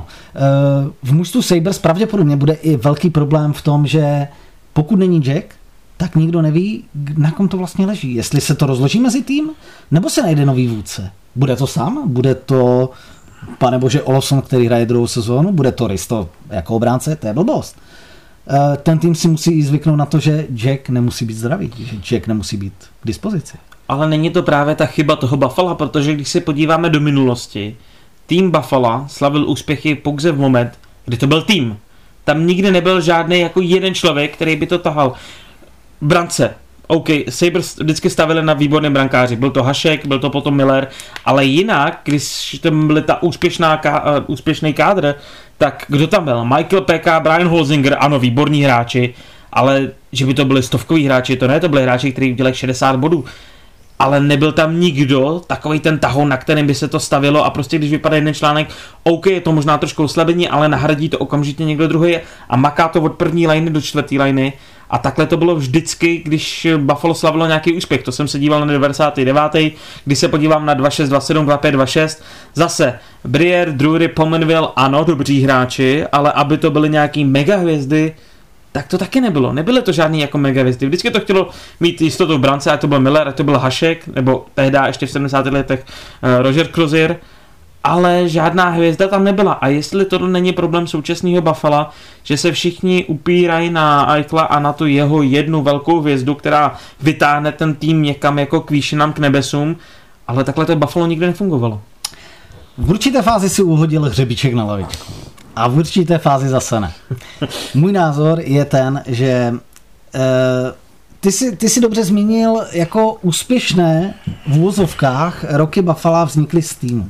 v mužstvu Sabres pravděpodobně bude i velký problém v tom, že pokud není Jack, tak nikdo neví, na kom to vlastně leží. Jestli se to rozloží mezi tým, nebo se najde nový vůdce. Bude to sám? Bude to, panebože, Olofsson, který hraje druhou sezónu? Bude to Risto jako obránce? To je blbost. Ten tým si musí zvyknout na to, že Jack nemusí být zdravý, že Jack nemusí být k dispozici. Ale není to právě ta chyba toho Buffalo, protože když se podíváme do minulosti, tým Buffalo slavil úspěchy pouze v moment, kdy to byl tým. Tam nikdy nebyl žádný jako jeden člověk, který by to tahal. Brance. OK, Sabres vždycky stavili na výborné brankáři. Byl to Hašek, byl to potom Miller, ale jinak, když tam byly ta úspěšný kádr, tak kdo tam byl? Michael Pekka, Brian Holzinger, ano, výborní hráči, ale že by to byli stovkoví hráči, to ne, to byli hráči, kteří udělali 60 bodů. Ale nebyl tam nikdo, takový ten tahoun, na kterém by se to stavilo a prostě když vypadá jeden článek, OK, je to možná trošku oslabení, ale nahradí to okamžitě někdo druhý a maká to od první liny do čtvrtý liny a takhle to bylo vždycky, když Buffalo slavilo nějaký úspěch. To jsem se díval na 99. Když se podívám na 2-6, 2-7, 2-5, 2-6, zase Briere, Drury, Pominville, ano, dobří hráči, ale aby to byly nějaký mega hvězdy, tak to taky nebylo. Nebyly to žádný jako mega hvězdy. Vždycky to chtělo mít jistotu v brance, ať to byl Miller, ať to byl Hašek, nebo tehdy ještě v 70. letech Roger Crozier, ale žádná hvězda tam nebyla. A jestli to není problém současného Buffalo, že se všichni upírají na Eichla a na tu jeho jednu velkou hvězdu, která vytáhne ten tým někam jako k výšinám, k nebesům, ale takhle to Buffalo nikdy nefungovalo. V určité fázi si uhodil hřebíček na lavičku. A v určité fázi zase ne. Můj názor je ten, že ty jsi dobře zmínil, jako úspěšné v úvozovkách roky Buffalo vznikly z týmu.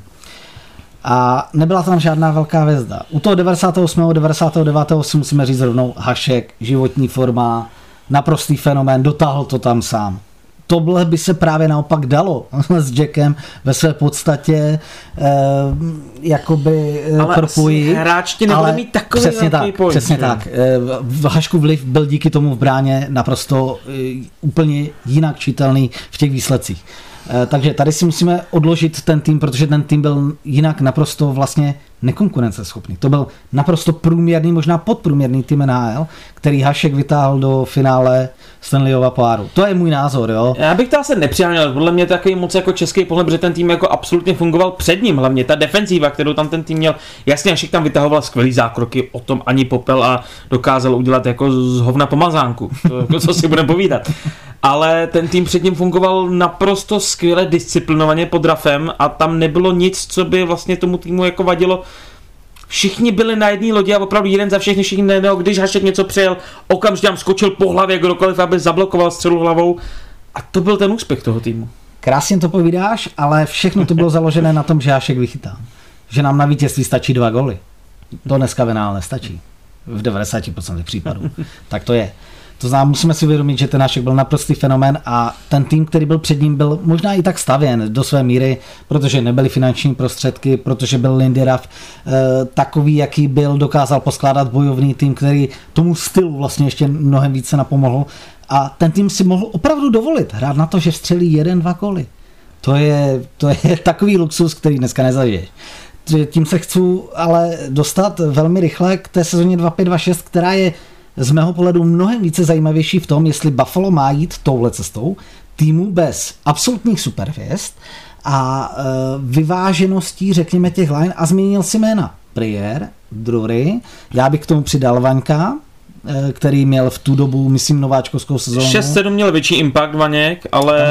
A nebyla tam žádná velká hvězda. U toho 98. 99. si musíme říct rovnou Hašek, životní forma, naprostý fenomén, dotáhl to tam sám. Tohle by se právě naopak dalo s Jackem ve své podstatě jakoby propojit. Ale hráč ti nebude mít takový velký point. Přesně tak. Haškův vliv byl díky tomu v bráně naprosto úplně jinak čitelný v těch výsledcích. Takže tady si musíme odložit ten tým, protože ten tým byl jinak naprosto vlastně nekonkurenceschopný. To byl naprosto průměrný, možná podprůměrný tým NHL, který Hašek vytáhl do finále Stanleyova poháru. To je můj názor, jo. Já bych to asi nepřiháněl, podle mě takový moc jako český pohled, protože ten tým jako absolutně fungoval před ním, hlavně ta defenzíva, kterou tam ten tým měl. Jasně, Hašek tam vytahoval skvělý zákroky, o tom ani popel a dokázal udělat jako z hovna pomazánku, to, jako co si budeme povídat. Ale ten tým předtím fungoval naprosto skvěle disciplinovaně pod rafem a tam nebylo nic, co by vlastně tomu týmu jako vadilo. Všichni byli na jedné lodi a opravdu jeden za všichni nejednou, když Hašek něco přijel, okamžitě tam skočil po hlavě kdokoliv, aby zablokoval střelu hlavou a to byl ten úspěch toho týmu. Krásně to povídáš, ale všechno to bylo založené na tom, že Hašek vychytá. Že nám na vítězství stačí 2 góly. To dneska venál nestačí. V 90% případů. Tak to je. To znamená, musíme si uvědomit, že ten Hašek byl naprostý fenomén a ten tým, který byl před ním, byl možná i tak stavěn do své míry, protože nebyly finanční prostředky, protože byl Lindy Ruff takový, jaký byl, dokázal poskládat bojovný tým, který tomu stylu vlastně ještě mnohem více napomohl a ten tým si mohl opravdu dovolit hrát na to, že vstřelí 1-2 góly. To je takový luxus, který dneska nezažiješ. Tím se chci ale dostat velmi rychle k té sezóně 2-5-2-6, která je z mého pohledu mnohem více zajímavější v tom, jestli Buffalo má jít touhle cestou týmu bez absolutních superhvězd a vyvážeností, řekněme, těch line a změnil si jména. Briere, Drury, já bych k tomu přidal Vaňka, který měl v tu dobu, myslím, nováčkovskou sezónu. 6-7 měl větší impact Vaněk, ale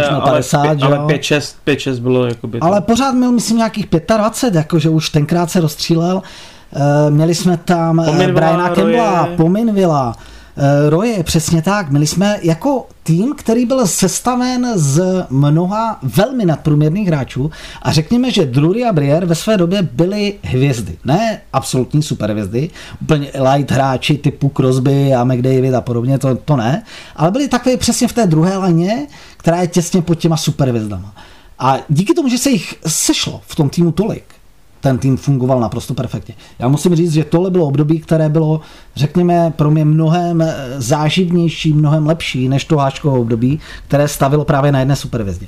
5-6 bylo jakoby to. Ale pořád měl, myslím, nějakých 25, jakože už tenkrát se rozstřílel. Měli jsme tam Briana Campbella, Pominvilla, Roje, přesně tak. Měli jsme jako tým, který byl sestaven z mnoha velmi nadprůměrných hráčů a řekněme, že Drury a Briere ve své době byly hvězdy. Ne absolutní superhvězdy, úplně light hráči typu Crosby a McDavid a podobně, to ne, ale byli takové přesně v té druhé laně, která je těsně pod těma superhvězdama. A díky tomu, že se jich sešlo v tom týmu tolik, ten tým fungoval naprosto perfektně. Já musím říct, že tohle bylo období, které bylo, řekněme, pro mě mnohem záživnější, mnohem lepší než to háčkové období, které stavilo právě na jedné superhvězdě.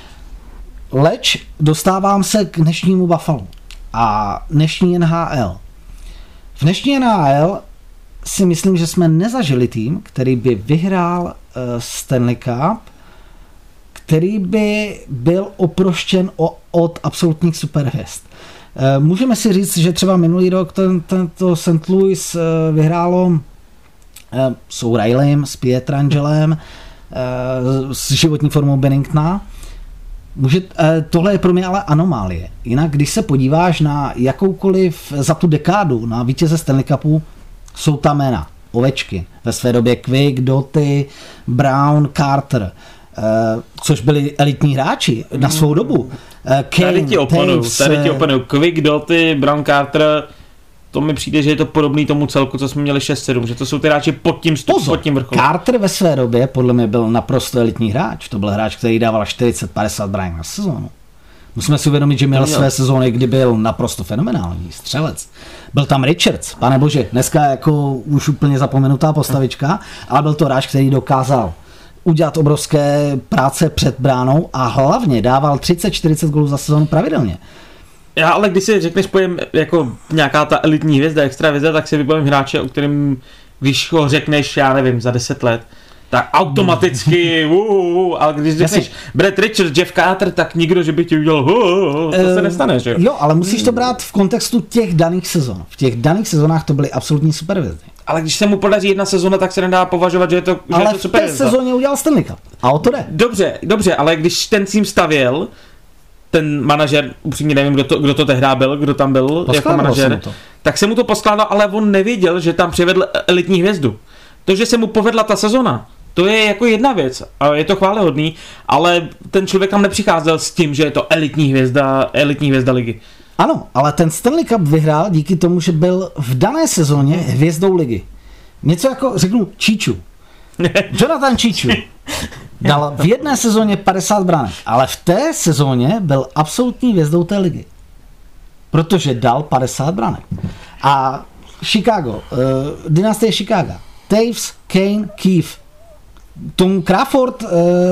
Leč dostávám se k dnešnímu Buffalo a dnešní NHL. V dnešní NHL si myslím, že jsme nezažili tým, který by vyhrál Stanley Cup, který by byl oproštěn od absolutních superhvězd. Můžeme si říct, že třeba minulý rok tento St. Louis vyhrálo s O'Reillym, s Pietrangelem, s životní formou Benningtona. Tohle je pro mě ale anomálie. Jinak, když se podíváš na jakoukoliv za tu dekádu, na vítěze Stanley Cupu, jsou tam jména. Ovečky, ve své době Quick, Doughty, Brown, Carter, což byli elitní hráči na svou dobu. Kane, tady ti opanu. Quick, Doughty, Brown, Carter, to mi přijde, že je to podobný tomu celku, co jsme měli 6-7, že to jsou ty hráči pod tím vrcholem. Carter ve své době podle mě byl naprosto elitní hráč. To byl hráč, který dával 40-50 branek na sezónu. Musíme si uvědomit, že měl své sezóny, kdy byl naprosto fenomenální střelec. Byl tam Richards, pane bože, dneska jako už úplně zapomenutá postavička, ale byl to hráč, který dokázal udělat obrovské práce před bránou a hlavně dával 30-40 gólů za sezónu pravidelně. Já ale když si řekneš pojem jako nějaká ta elitní hvězda, extra hvězda, tak si vybavím hráče, o kterým, když ho řekneš, já nevím, za 10 let, tak automaticky, ale když řekneš Brett Richards, Jeff Carter, tak nikdo, že by ti udělal, to se nestane, že jo? Jo, ale musíš to brát v kontextu těch daných sezon. V těch daných sezonách to byly absolutní superhvězdy. Ale když se mu podaří jedna sezona, tak se nedá považovat, že je to super. Ale v té sezóně udělal Stanley Cup. A o to jde. Dobře, ale když ten tým stavěl, ten manažer, upřímně nevím, kdo to tehdy byl, kdo tam byl jako manažer, tak se mu to poskládal, ale on nevěděl, že tam přivedl elitní hvězdu. To, že se mu povedla ta sezona, to je jako jedna věc a je to chvályhodný, ale ten člověk tam nepřicházel s tím, že je to elitní hvězda ligy. Ano, ale ten Stanley Cup vyhrál díky tomu, že byl v dané sezóně hvězdou ligy. Něco jako, řeknu, Číču. Jonathan Číču dal v jedné sezóně 50 branek, ale v té sezóně byl absolutní hvězdou té ligy. Protože dal 50 branek. A Chicago, dynastie Chicago, Taves, Kane, Keefe, Tom Crawford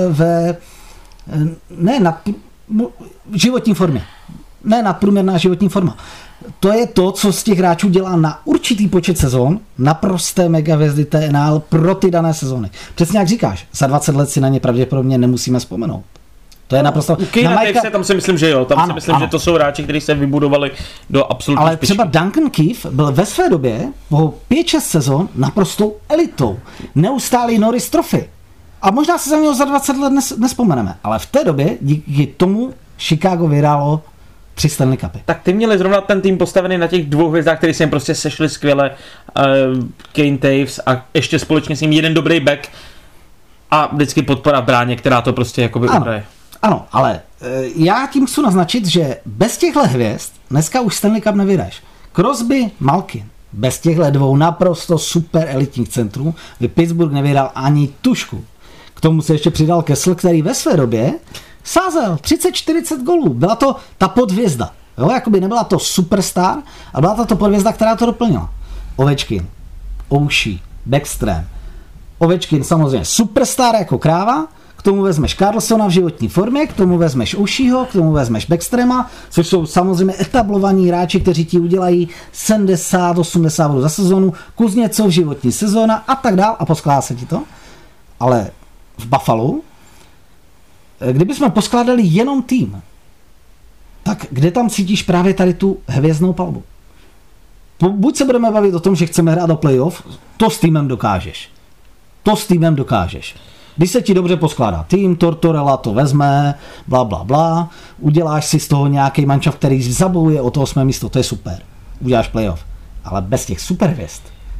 v životní formě. Ne nadprůměrná životní forma. To je to, co z těch hráčů dělá na určitý počet sezon naprosté megahvězdy TNL pro ty dané sezony. Přesně jak říkáš, za 20 let si na ně pravděpodobně nemusíme vzpomenout. To je naprosto... Tam si myslím, že jo. Tam si myslím, že to jsou hráči, kteří se vybudovali do absolutní Ale špičky. třeba Duncan Keefe byl ve své době po 5-6 sezon naprostou elitou. Neustálý Norris Trophy. A možná se za něho za 20 let nespomeneme. Ale v té době díky tomu Chicago vyhrálo 3 Stanley Cupy. Tak ty měli zrovna ten tým postavený na těch 2 hvězdách, který se jim prostě sešli skvěle. Kane, Taves a ještě společně s ním jeden dobrý back a vždycky podpora v bráně, která to prostě jakoby uhraje. Ano, ale já tím chci naznačit, že bez těchto hvězd dneska už Stanley Cup nevyhráš. Crosby, Malkin. Bez těchto 2 naprosto super elitních centrů by Pittsburgh nevyhrál ani tušku. K tomu se ještě přidal Kessel, který ve své době sázel 30-40 gólů. Byla to ta podhvězda. Jo, jakoby nebyla to superstar, ale byla to podhvězda, která to doplnila. Ovečkin, Oshie, Backstrom. Ovečkin samozřejmě superstar jako kráva, k tomu vezmeš Carlsona v životní formě, k tomu vezmeš Oshieho, k tomu vezmeš Backstroma, což jsou samozřejmě etablovaní hráči, kteří ti udělají 70-80 bodů za sezonu, Kuzněcov životní sezóna a tak dál a poskládá se ti to. Ale v Buffalo, kdybychom poskládali jenom tým, tak kde tam cítíš právě tady tu hvězdnou palbu? Buď se budeme bavit o tom, že chceme hrát do playoff, to s týmem dokážeš. Když se ti dobře poskládá tým, Tortorella to vezme, bla, bla, bla, uděláš si z toho nějaký mančaft, který zabojuje o to 8. místo, to je super. Uděláš playoff. Ale bez těch superhvězd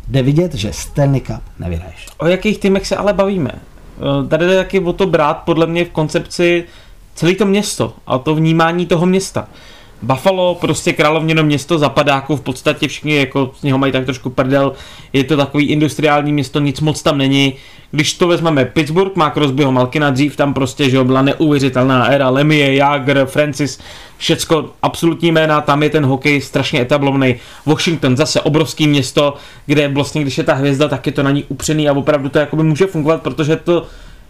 jde vidět, že Stanley Cup nevyhraješ. O jakých týmech se ale bavíme? Tady jde taky o to brát podle mě v koncepci celé to město a to vnímání toho města. Buffalo, prostě královněno město zapadáků, v podstatě všichni jako z něho mají tak trošku prdel, je to takový industriální město, nic moc tam není. Když to vezmeme, Pittsburgh má Crosbyho Malkina, dřív tam prostě, že byla neuvěřitelná éra, Lemieux, Jagr, Francis, všecko absolutní jména, tam je ten hokej strašně etablovaný. Washington zase obrovský město, kde vlastně, když je ta hvězda, tak je to na ní upřený a opravdu to jakoby může fungovat, protože to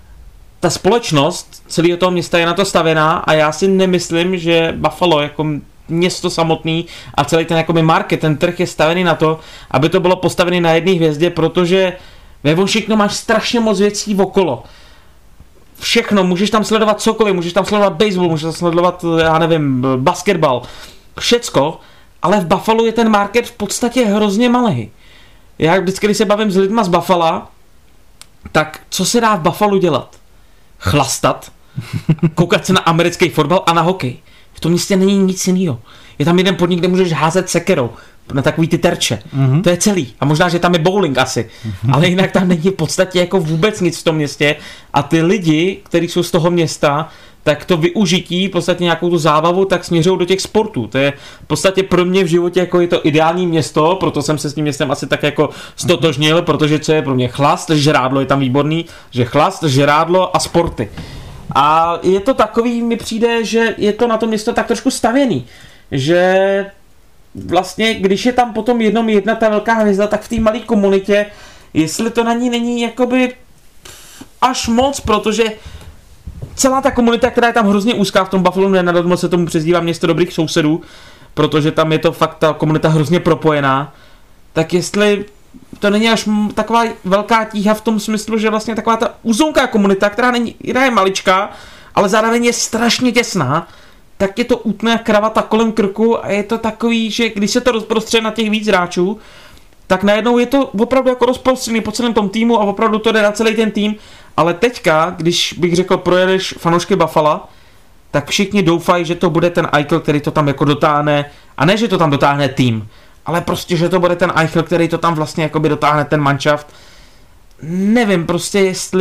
ta společnost celého toho města je na to stavěná a já si nemyslím, že Buffalo jako město samotný a celý ten jakoby market, ten trh je stavený na to, aby to bylo postavené na jedné hvězdě, protože ve Washingtonu máš strašně moc věcí okolo. Všechno, můžeš tam sledovat cokoliv, můžeš tam sledovat baseball, můžeš tam sledovat, já nevím, basketbal, všecko, ale v Buffalo je ten market v podstatě hrozně malý. Já vždycky, když se bavím s lidma z Buffalo, tak co se dá v Buffalo dělat? Chlastat, koukat se na americký fotbal a na hokej. V tom místě není nic jiného. Je tam jeden podnik, kde můžeš házet sekerou na takový ty terče. Mm-hmm. To je celý. A možná, že tam je bowling asi. Ale jinak tam není v podstatě jako vůbec nic v tom městě. A ty lidi, kteří jsou z toho města, tak to využití, v podstatě nějakou tu zábavu, tak směřují do těch sportů. To je v podstatě pro mě v životě jako je to ideální město, proto jsem se s tím městem asi tak jako stotožnil, protože co je pro mě chlast, žrádlo je tam výborný, že chlast, žrádlo a sporty. A je to takový, mi přijde, že je to na to město tak trošku stavěný, že vlastně, když je tam potom jednom jedna ta velká hvězda, tak v té malé komunitě, jestli to na ní není jakoby až moc, protože celá ta komunita, která je tam hrozně úzká v tom Buffalo, nenadmo se tomu přezdívá město dobrých sousedů, protože tam je to fakt ta komunita hrozně propojená, tak jestli to není až taková velká tíha v tom smyslu, že vlastně taková ta uzonká komunita, která je maličká, ale zároveň je strašně těsná, tak je to utná kravata kolem krku a je to takový, že když se to rozprostře na těch víc hráčů, tak najednou je to opravdu jako rozprostřený po celém tom týmu a opravdu to jde na celý ten tým. Ale teďka, když bych řekl, projedeš fanoušky Buffalo, tak všichni doufají, že to bude ten Eichel, který to tam jako dotáhne, a ne, že to tam dotáhne tým, ale prostě, že to bude ten Eichel, který to tam vlastně jakoby dotáhne ten manšaft. Nevím prostě, jestli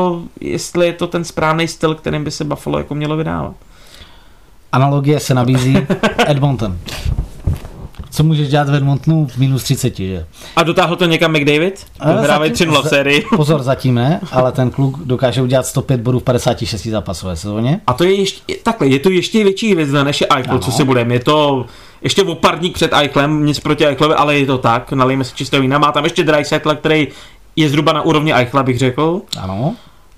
je to ten správný styl, kterým by se Buffalo jako mělo vydávat. Analogie se nabízí Edmonton. Co můžeš dělat v Edmontonu v minus 30, že? A dotáhl to někam McDavid? Hrávají 3-0 v sérii. Pozor, zatím ne, ale ten kluk dokáže udělat 105 bodů v 56 zápasové sezóně. A to je ještě, takhle, je to ještě větší hvězda než je Eichel, co si budeme. Je to ještě oparník před Eichlem, nic proti Eichlovi, ale je to tak, nalijeme si čistého vína. Má tam ještě Draisaitla, který je zhruba na úrovni Eichla, bych řekl. Ano.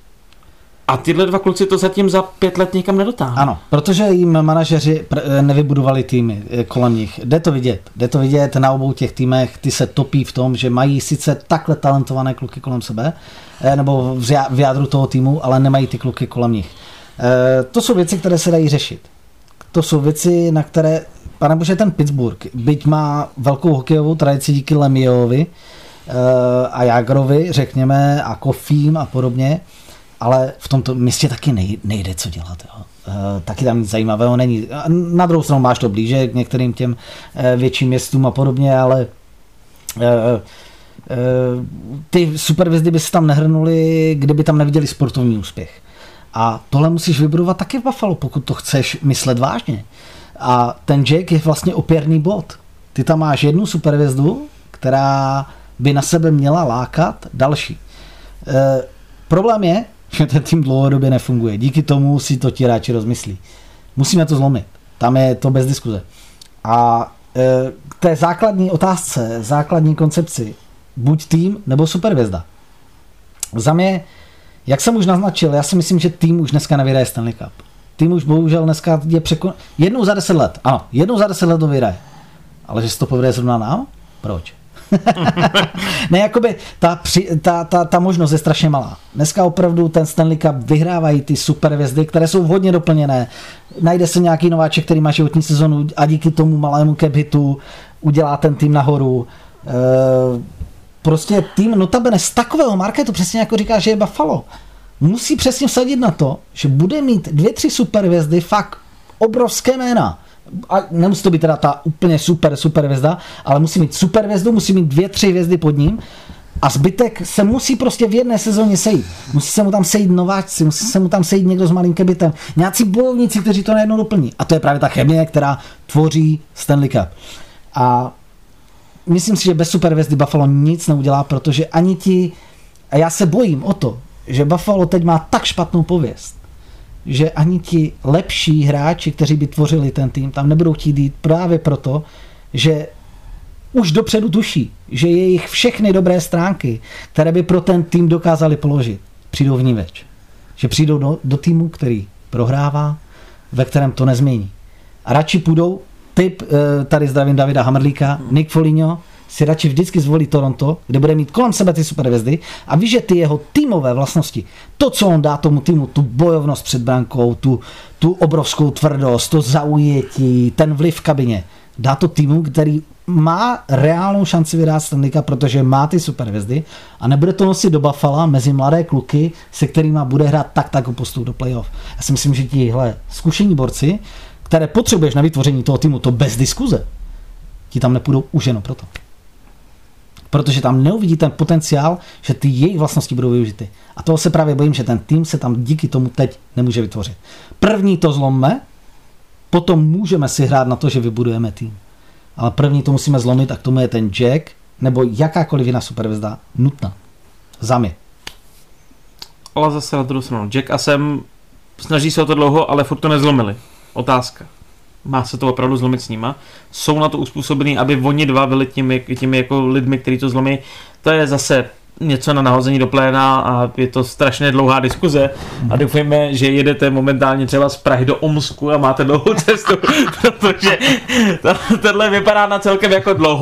A tyhle dva kluci to zatím za 5 let nikam nedotáhnou. Ano, protože jim manažeři nevybudovali týmy kolem nich. Jde to vidět na obou těch týmech, ty se topí v tom, že mají sice takhle talentované kluky kolem sebe, nebo v jádru toho týmu, ale nemají ty kluky kolem nich. To jsou věci, které se dají řešit. To jsou věci, na které, panebože, ten Pittsburgh, byť má velkou hokejovou tradici díky Lemieuxovi a Jagrovi, řekněme, a Coffeem a podobně, ale v tomto městě taky nejde co dělat. Jo. Taky tam nic zajímavého není. Na druhou stranu máš to blíže k některým těm větším městům a podobně, ale ty superhvězdy by se tam nehrnuly, kdyby tam neviděli sportovní úspěch. A tohle musíš vybudovat taky v Buffalo, pokud to chceš myslet vážně. A ten Jack je vlastně opěrný bod. Ty tam máš jednu superhvězdu, která by na sebe měla lákat další. Problém je, že ten tým dlouhodobě nefunguje. Díky tomu si to ti hráči rozmyslí. Musíme to zlomit. Tam je to bez diskuze. A k té základní otázce, základní koncepci, buď tým nebo superhvězda. Za mě, jak jsem už naznačil, já si myslím, že tým už dneska nevyhraje Stanley Cup. Tým už bohužel dneska je jednou za 10 let. Ano, jednou za 10 let to vyhraje. Ale že se to povede zrovna nám? Proč? Ne, jakoby ta možnost je strašně malá. Dneska opravdu ten Stanley Cup vyhrávají ty superhvězdy, které jsou hodně doplněné. Najde se nějaký nováček, který má životní sezonu a díky tomu malému cap hitu udělá ten tým nahoru. Prostě tým notabene z takového marketu, přesně jako říká, že je Buffalo, musí přesně vsadit na to, že bude mít 2-3 superhvězdy, fakt obrovské jména. a nemusí to být teda ta úplně super hvězda, ale musí mít super hvězdu, musí mít 2-3 hvězdy pod ním a zbytek se musí prostě v jedné sezóně sejít. Musí se mu tam sejít nováčci, musí se mu tam sejít někdo s malým kebitem, nějací bojovníci, kteří to najednou doplní. A to je právě ta chemie, která tvoří Stanley Cup. A myslím si, že bez super hvězdy Buffalo nic neudělá, protože ani ti, a já se bojím o to, že Buffalo teď má tak špatnou pověst, že ani ti lepší hráči, kteří by tvořili ten tým, tam nebudou chtít jít právě proto, že už dopředu tuší, že jejich všechny dobré stránky, které by pro ten tým dokázali položit, přijdou v ní več. Že přijdou do týmu, který prohrává, ve kterém to nezmění. A radši půjdou, tady zdravím Davida Hamrlíka, Nick Foligno, si radši vždycky zvolí Toronto, kde bude mít kolem sebe ty superhvězdy a ví, že ty jeho týmové vlastnosti, to, co on dá tomu týmu, tu bojovnost před brankou, tu obrovskou tvrdost, to zaujetí, ten vliv v kabině, dá to týmu, který má reálnou šanci vyhrát Stanley Cup, protože má ty superhvězdy a nebude to nosit do Buffalo mezi mladé kluky, se kterými bude hrát tak o postup do playoff. Já si myslím, že tihle zkušení borci, které potřebuješ na vytvoření toho týmu, to bez diskuze, ti tam nepůjdou už jenom proto. Protože tam neuvidí ten potenciál, že ty jejich vlastnosti budou využity. A toho se právě bojím, že ten tým se tam díky tomu teď nemůže vytvořit. První to zlomme, potom můžeme si hrát na to, že vybudujeme tým. Ale první to musíme zlomit a k tomu je ten Jack nebo jakákoliv jiná superhvězda nutná. Za mě. Ale zase na druhou stranu. Jack a Sam snaží se o to dlouho, ale furt to nezlomili. Otázka. Má se to opravdu zlomit s nima? Jsou na to uspůsobený, aby oni dva byli těmi jako lidmi, kteří to zlomí? To je zase něco na nahození do pléna a je to strašně dlouhá diskuze a doufujeme, že jedete momentálně třeba z Prahy do Omsku a máte dlouhou cestu, protože tohle vypadá na celkem jako dlouho.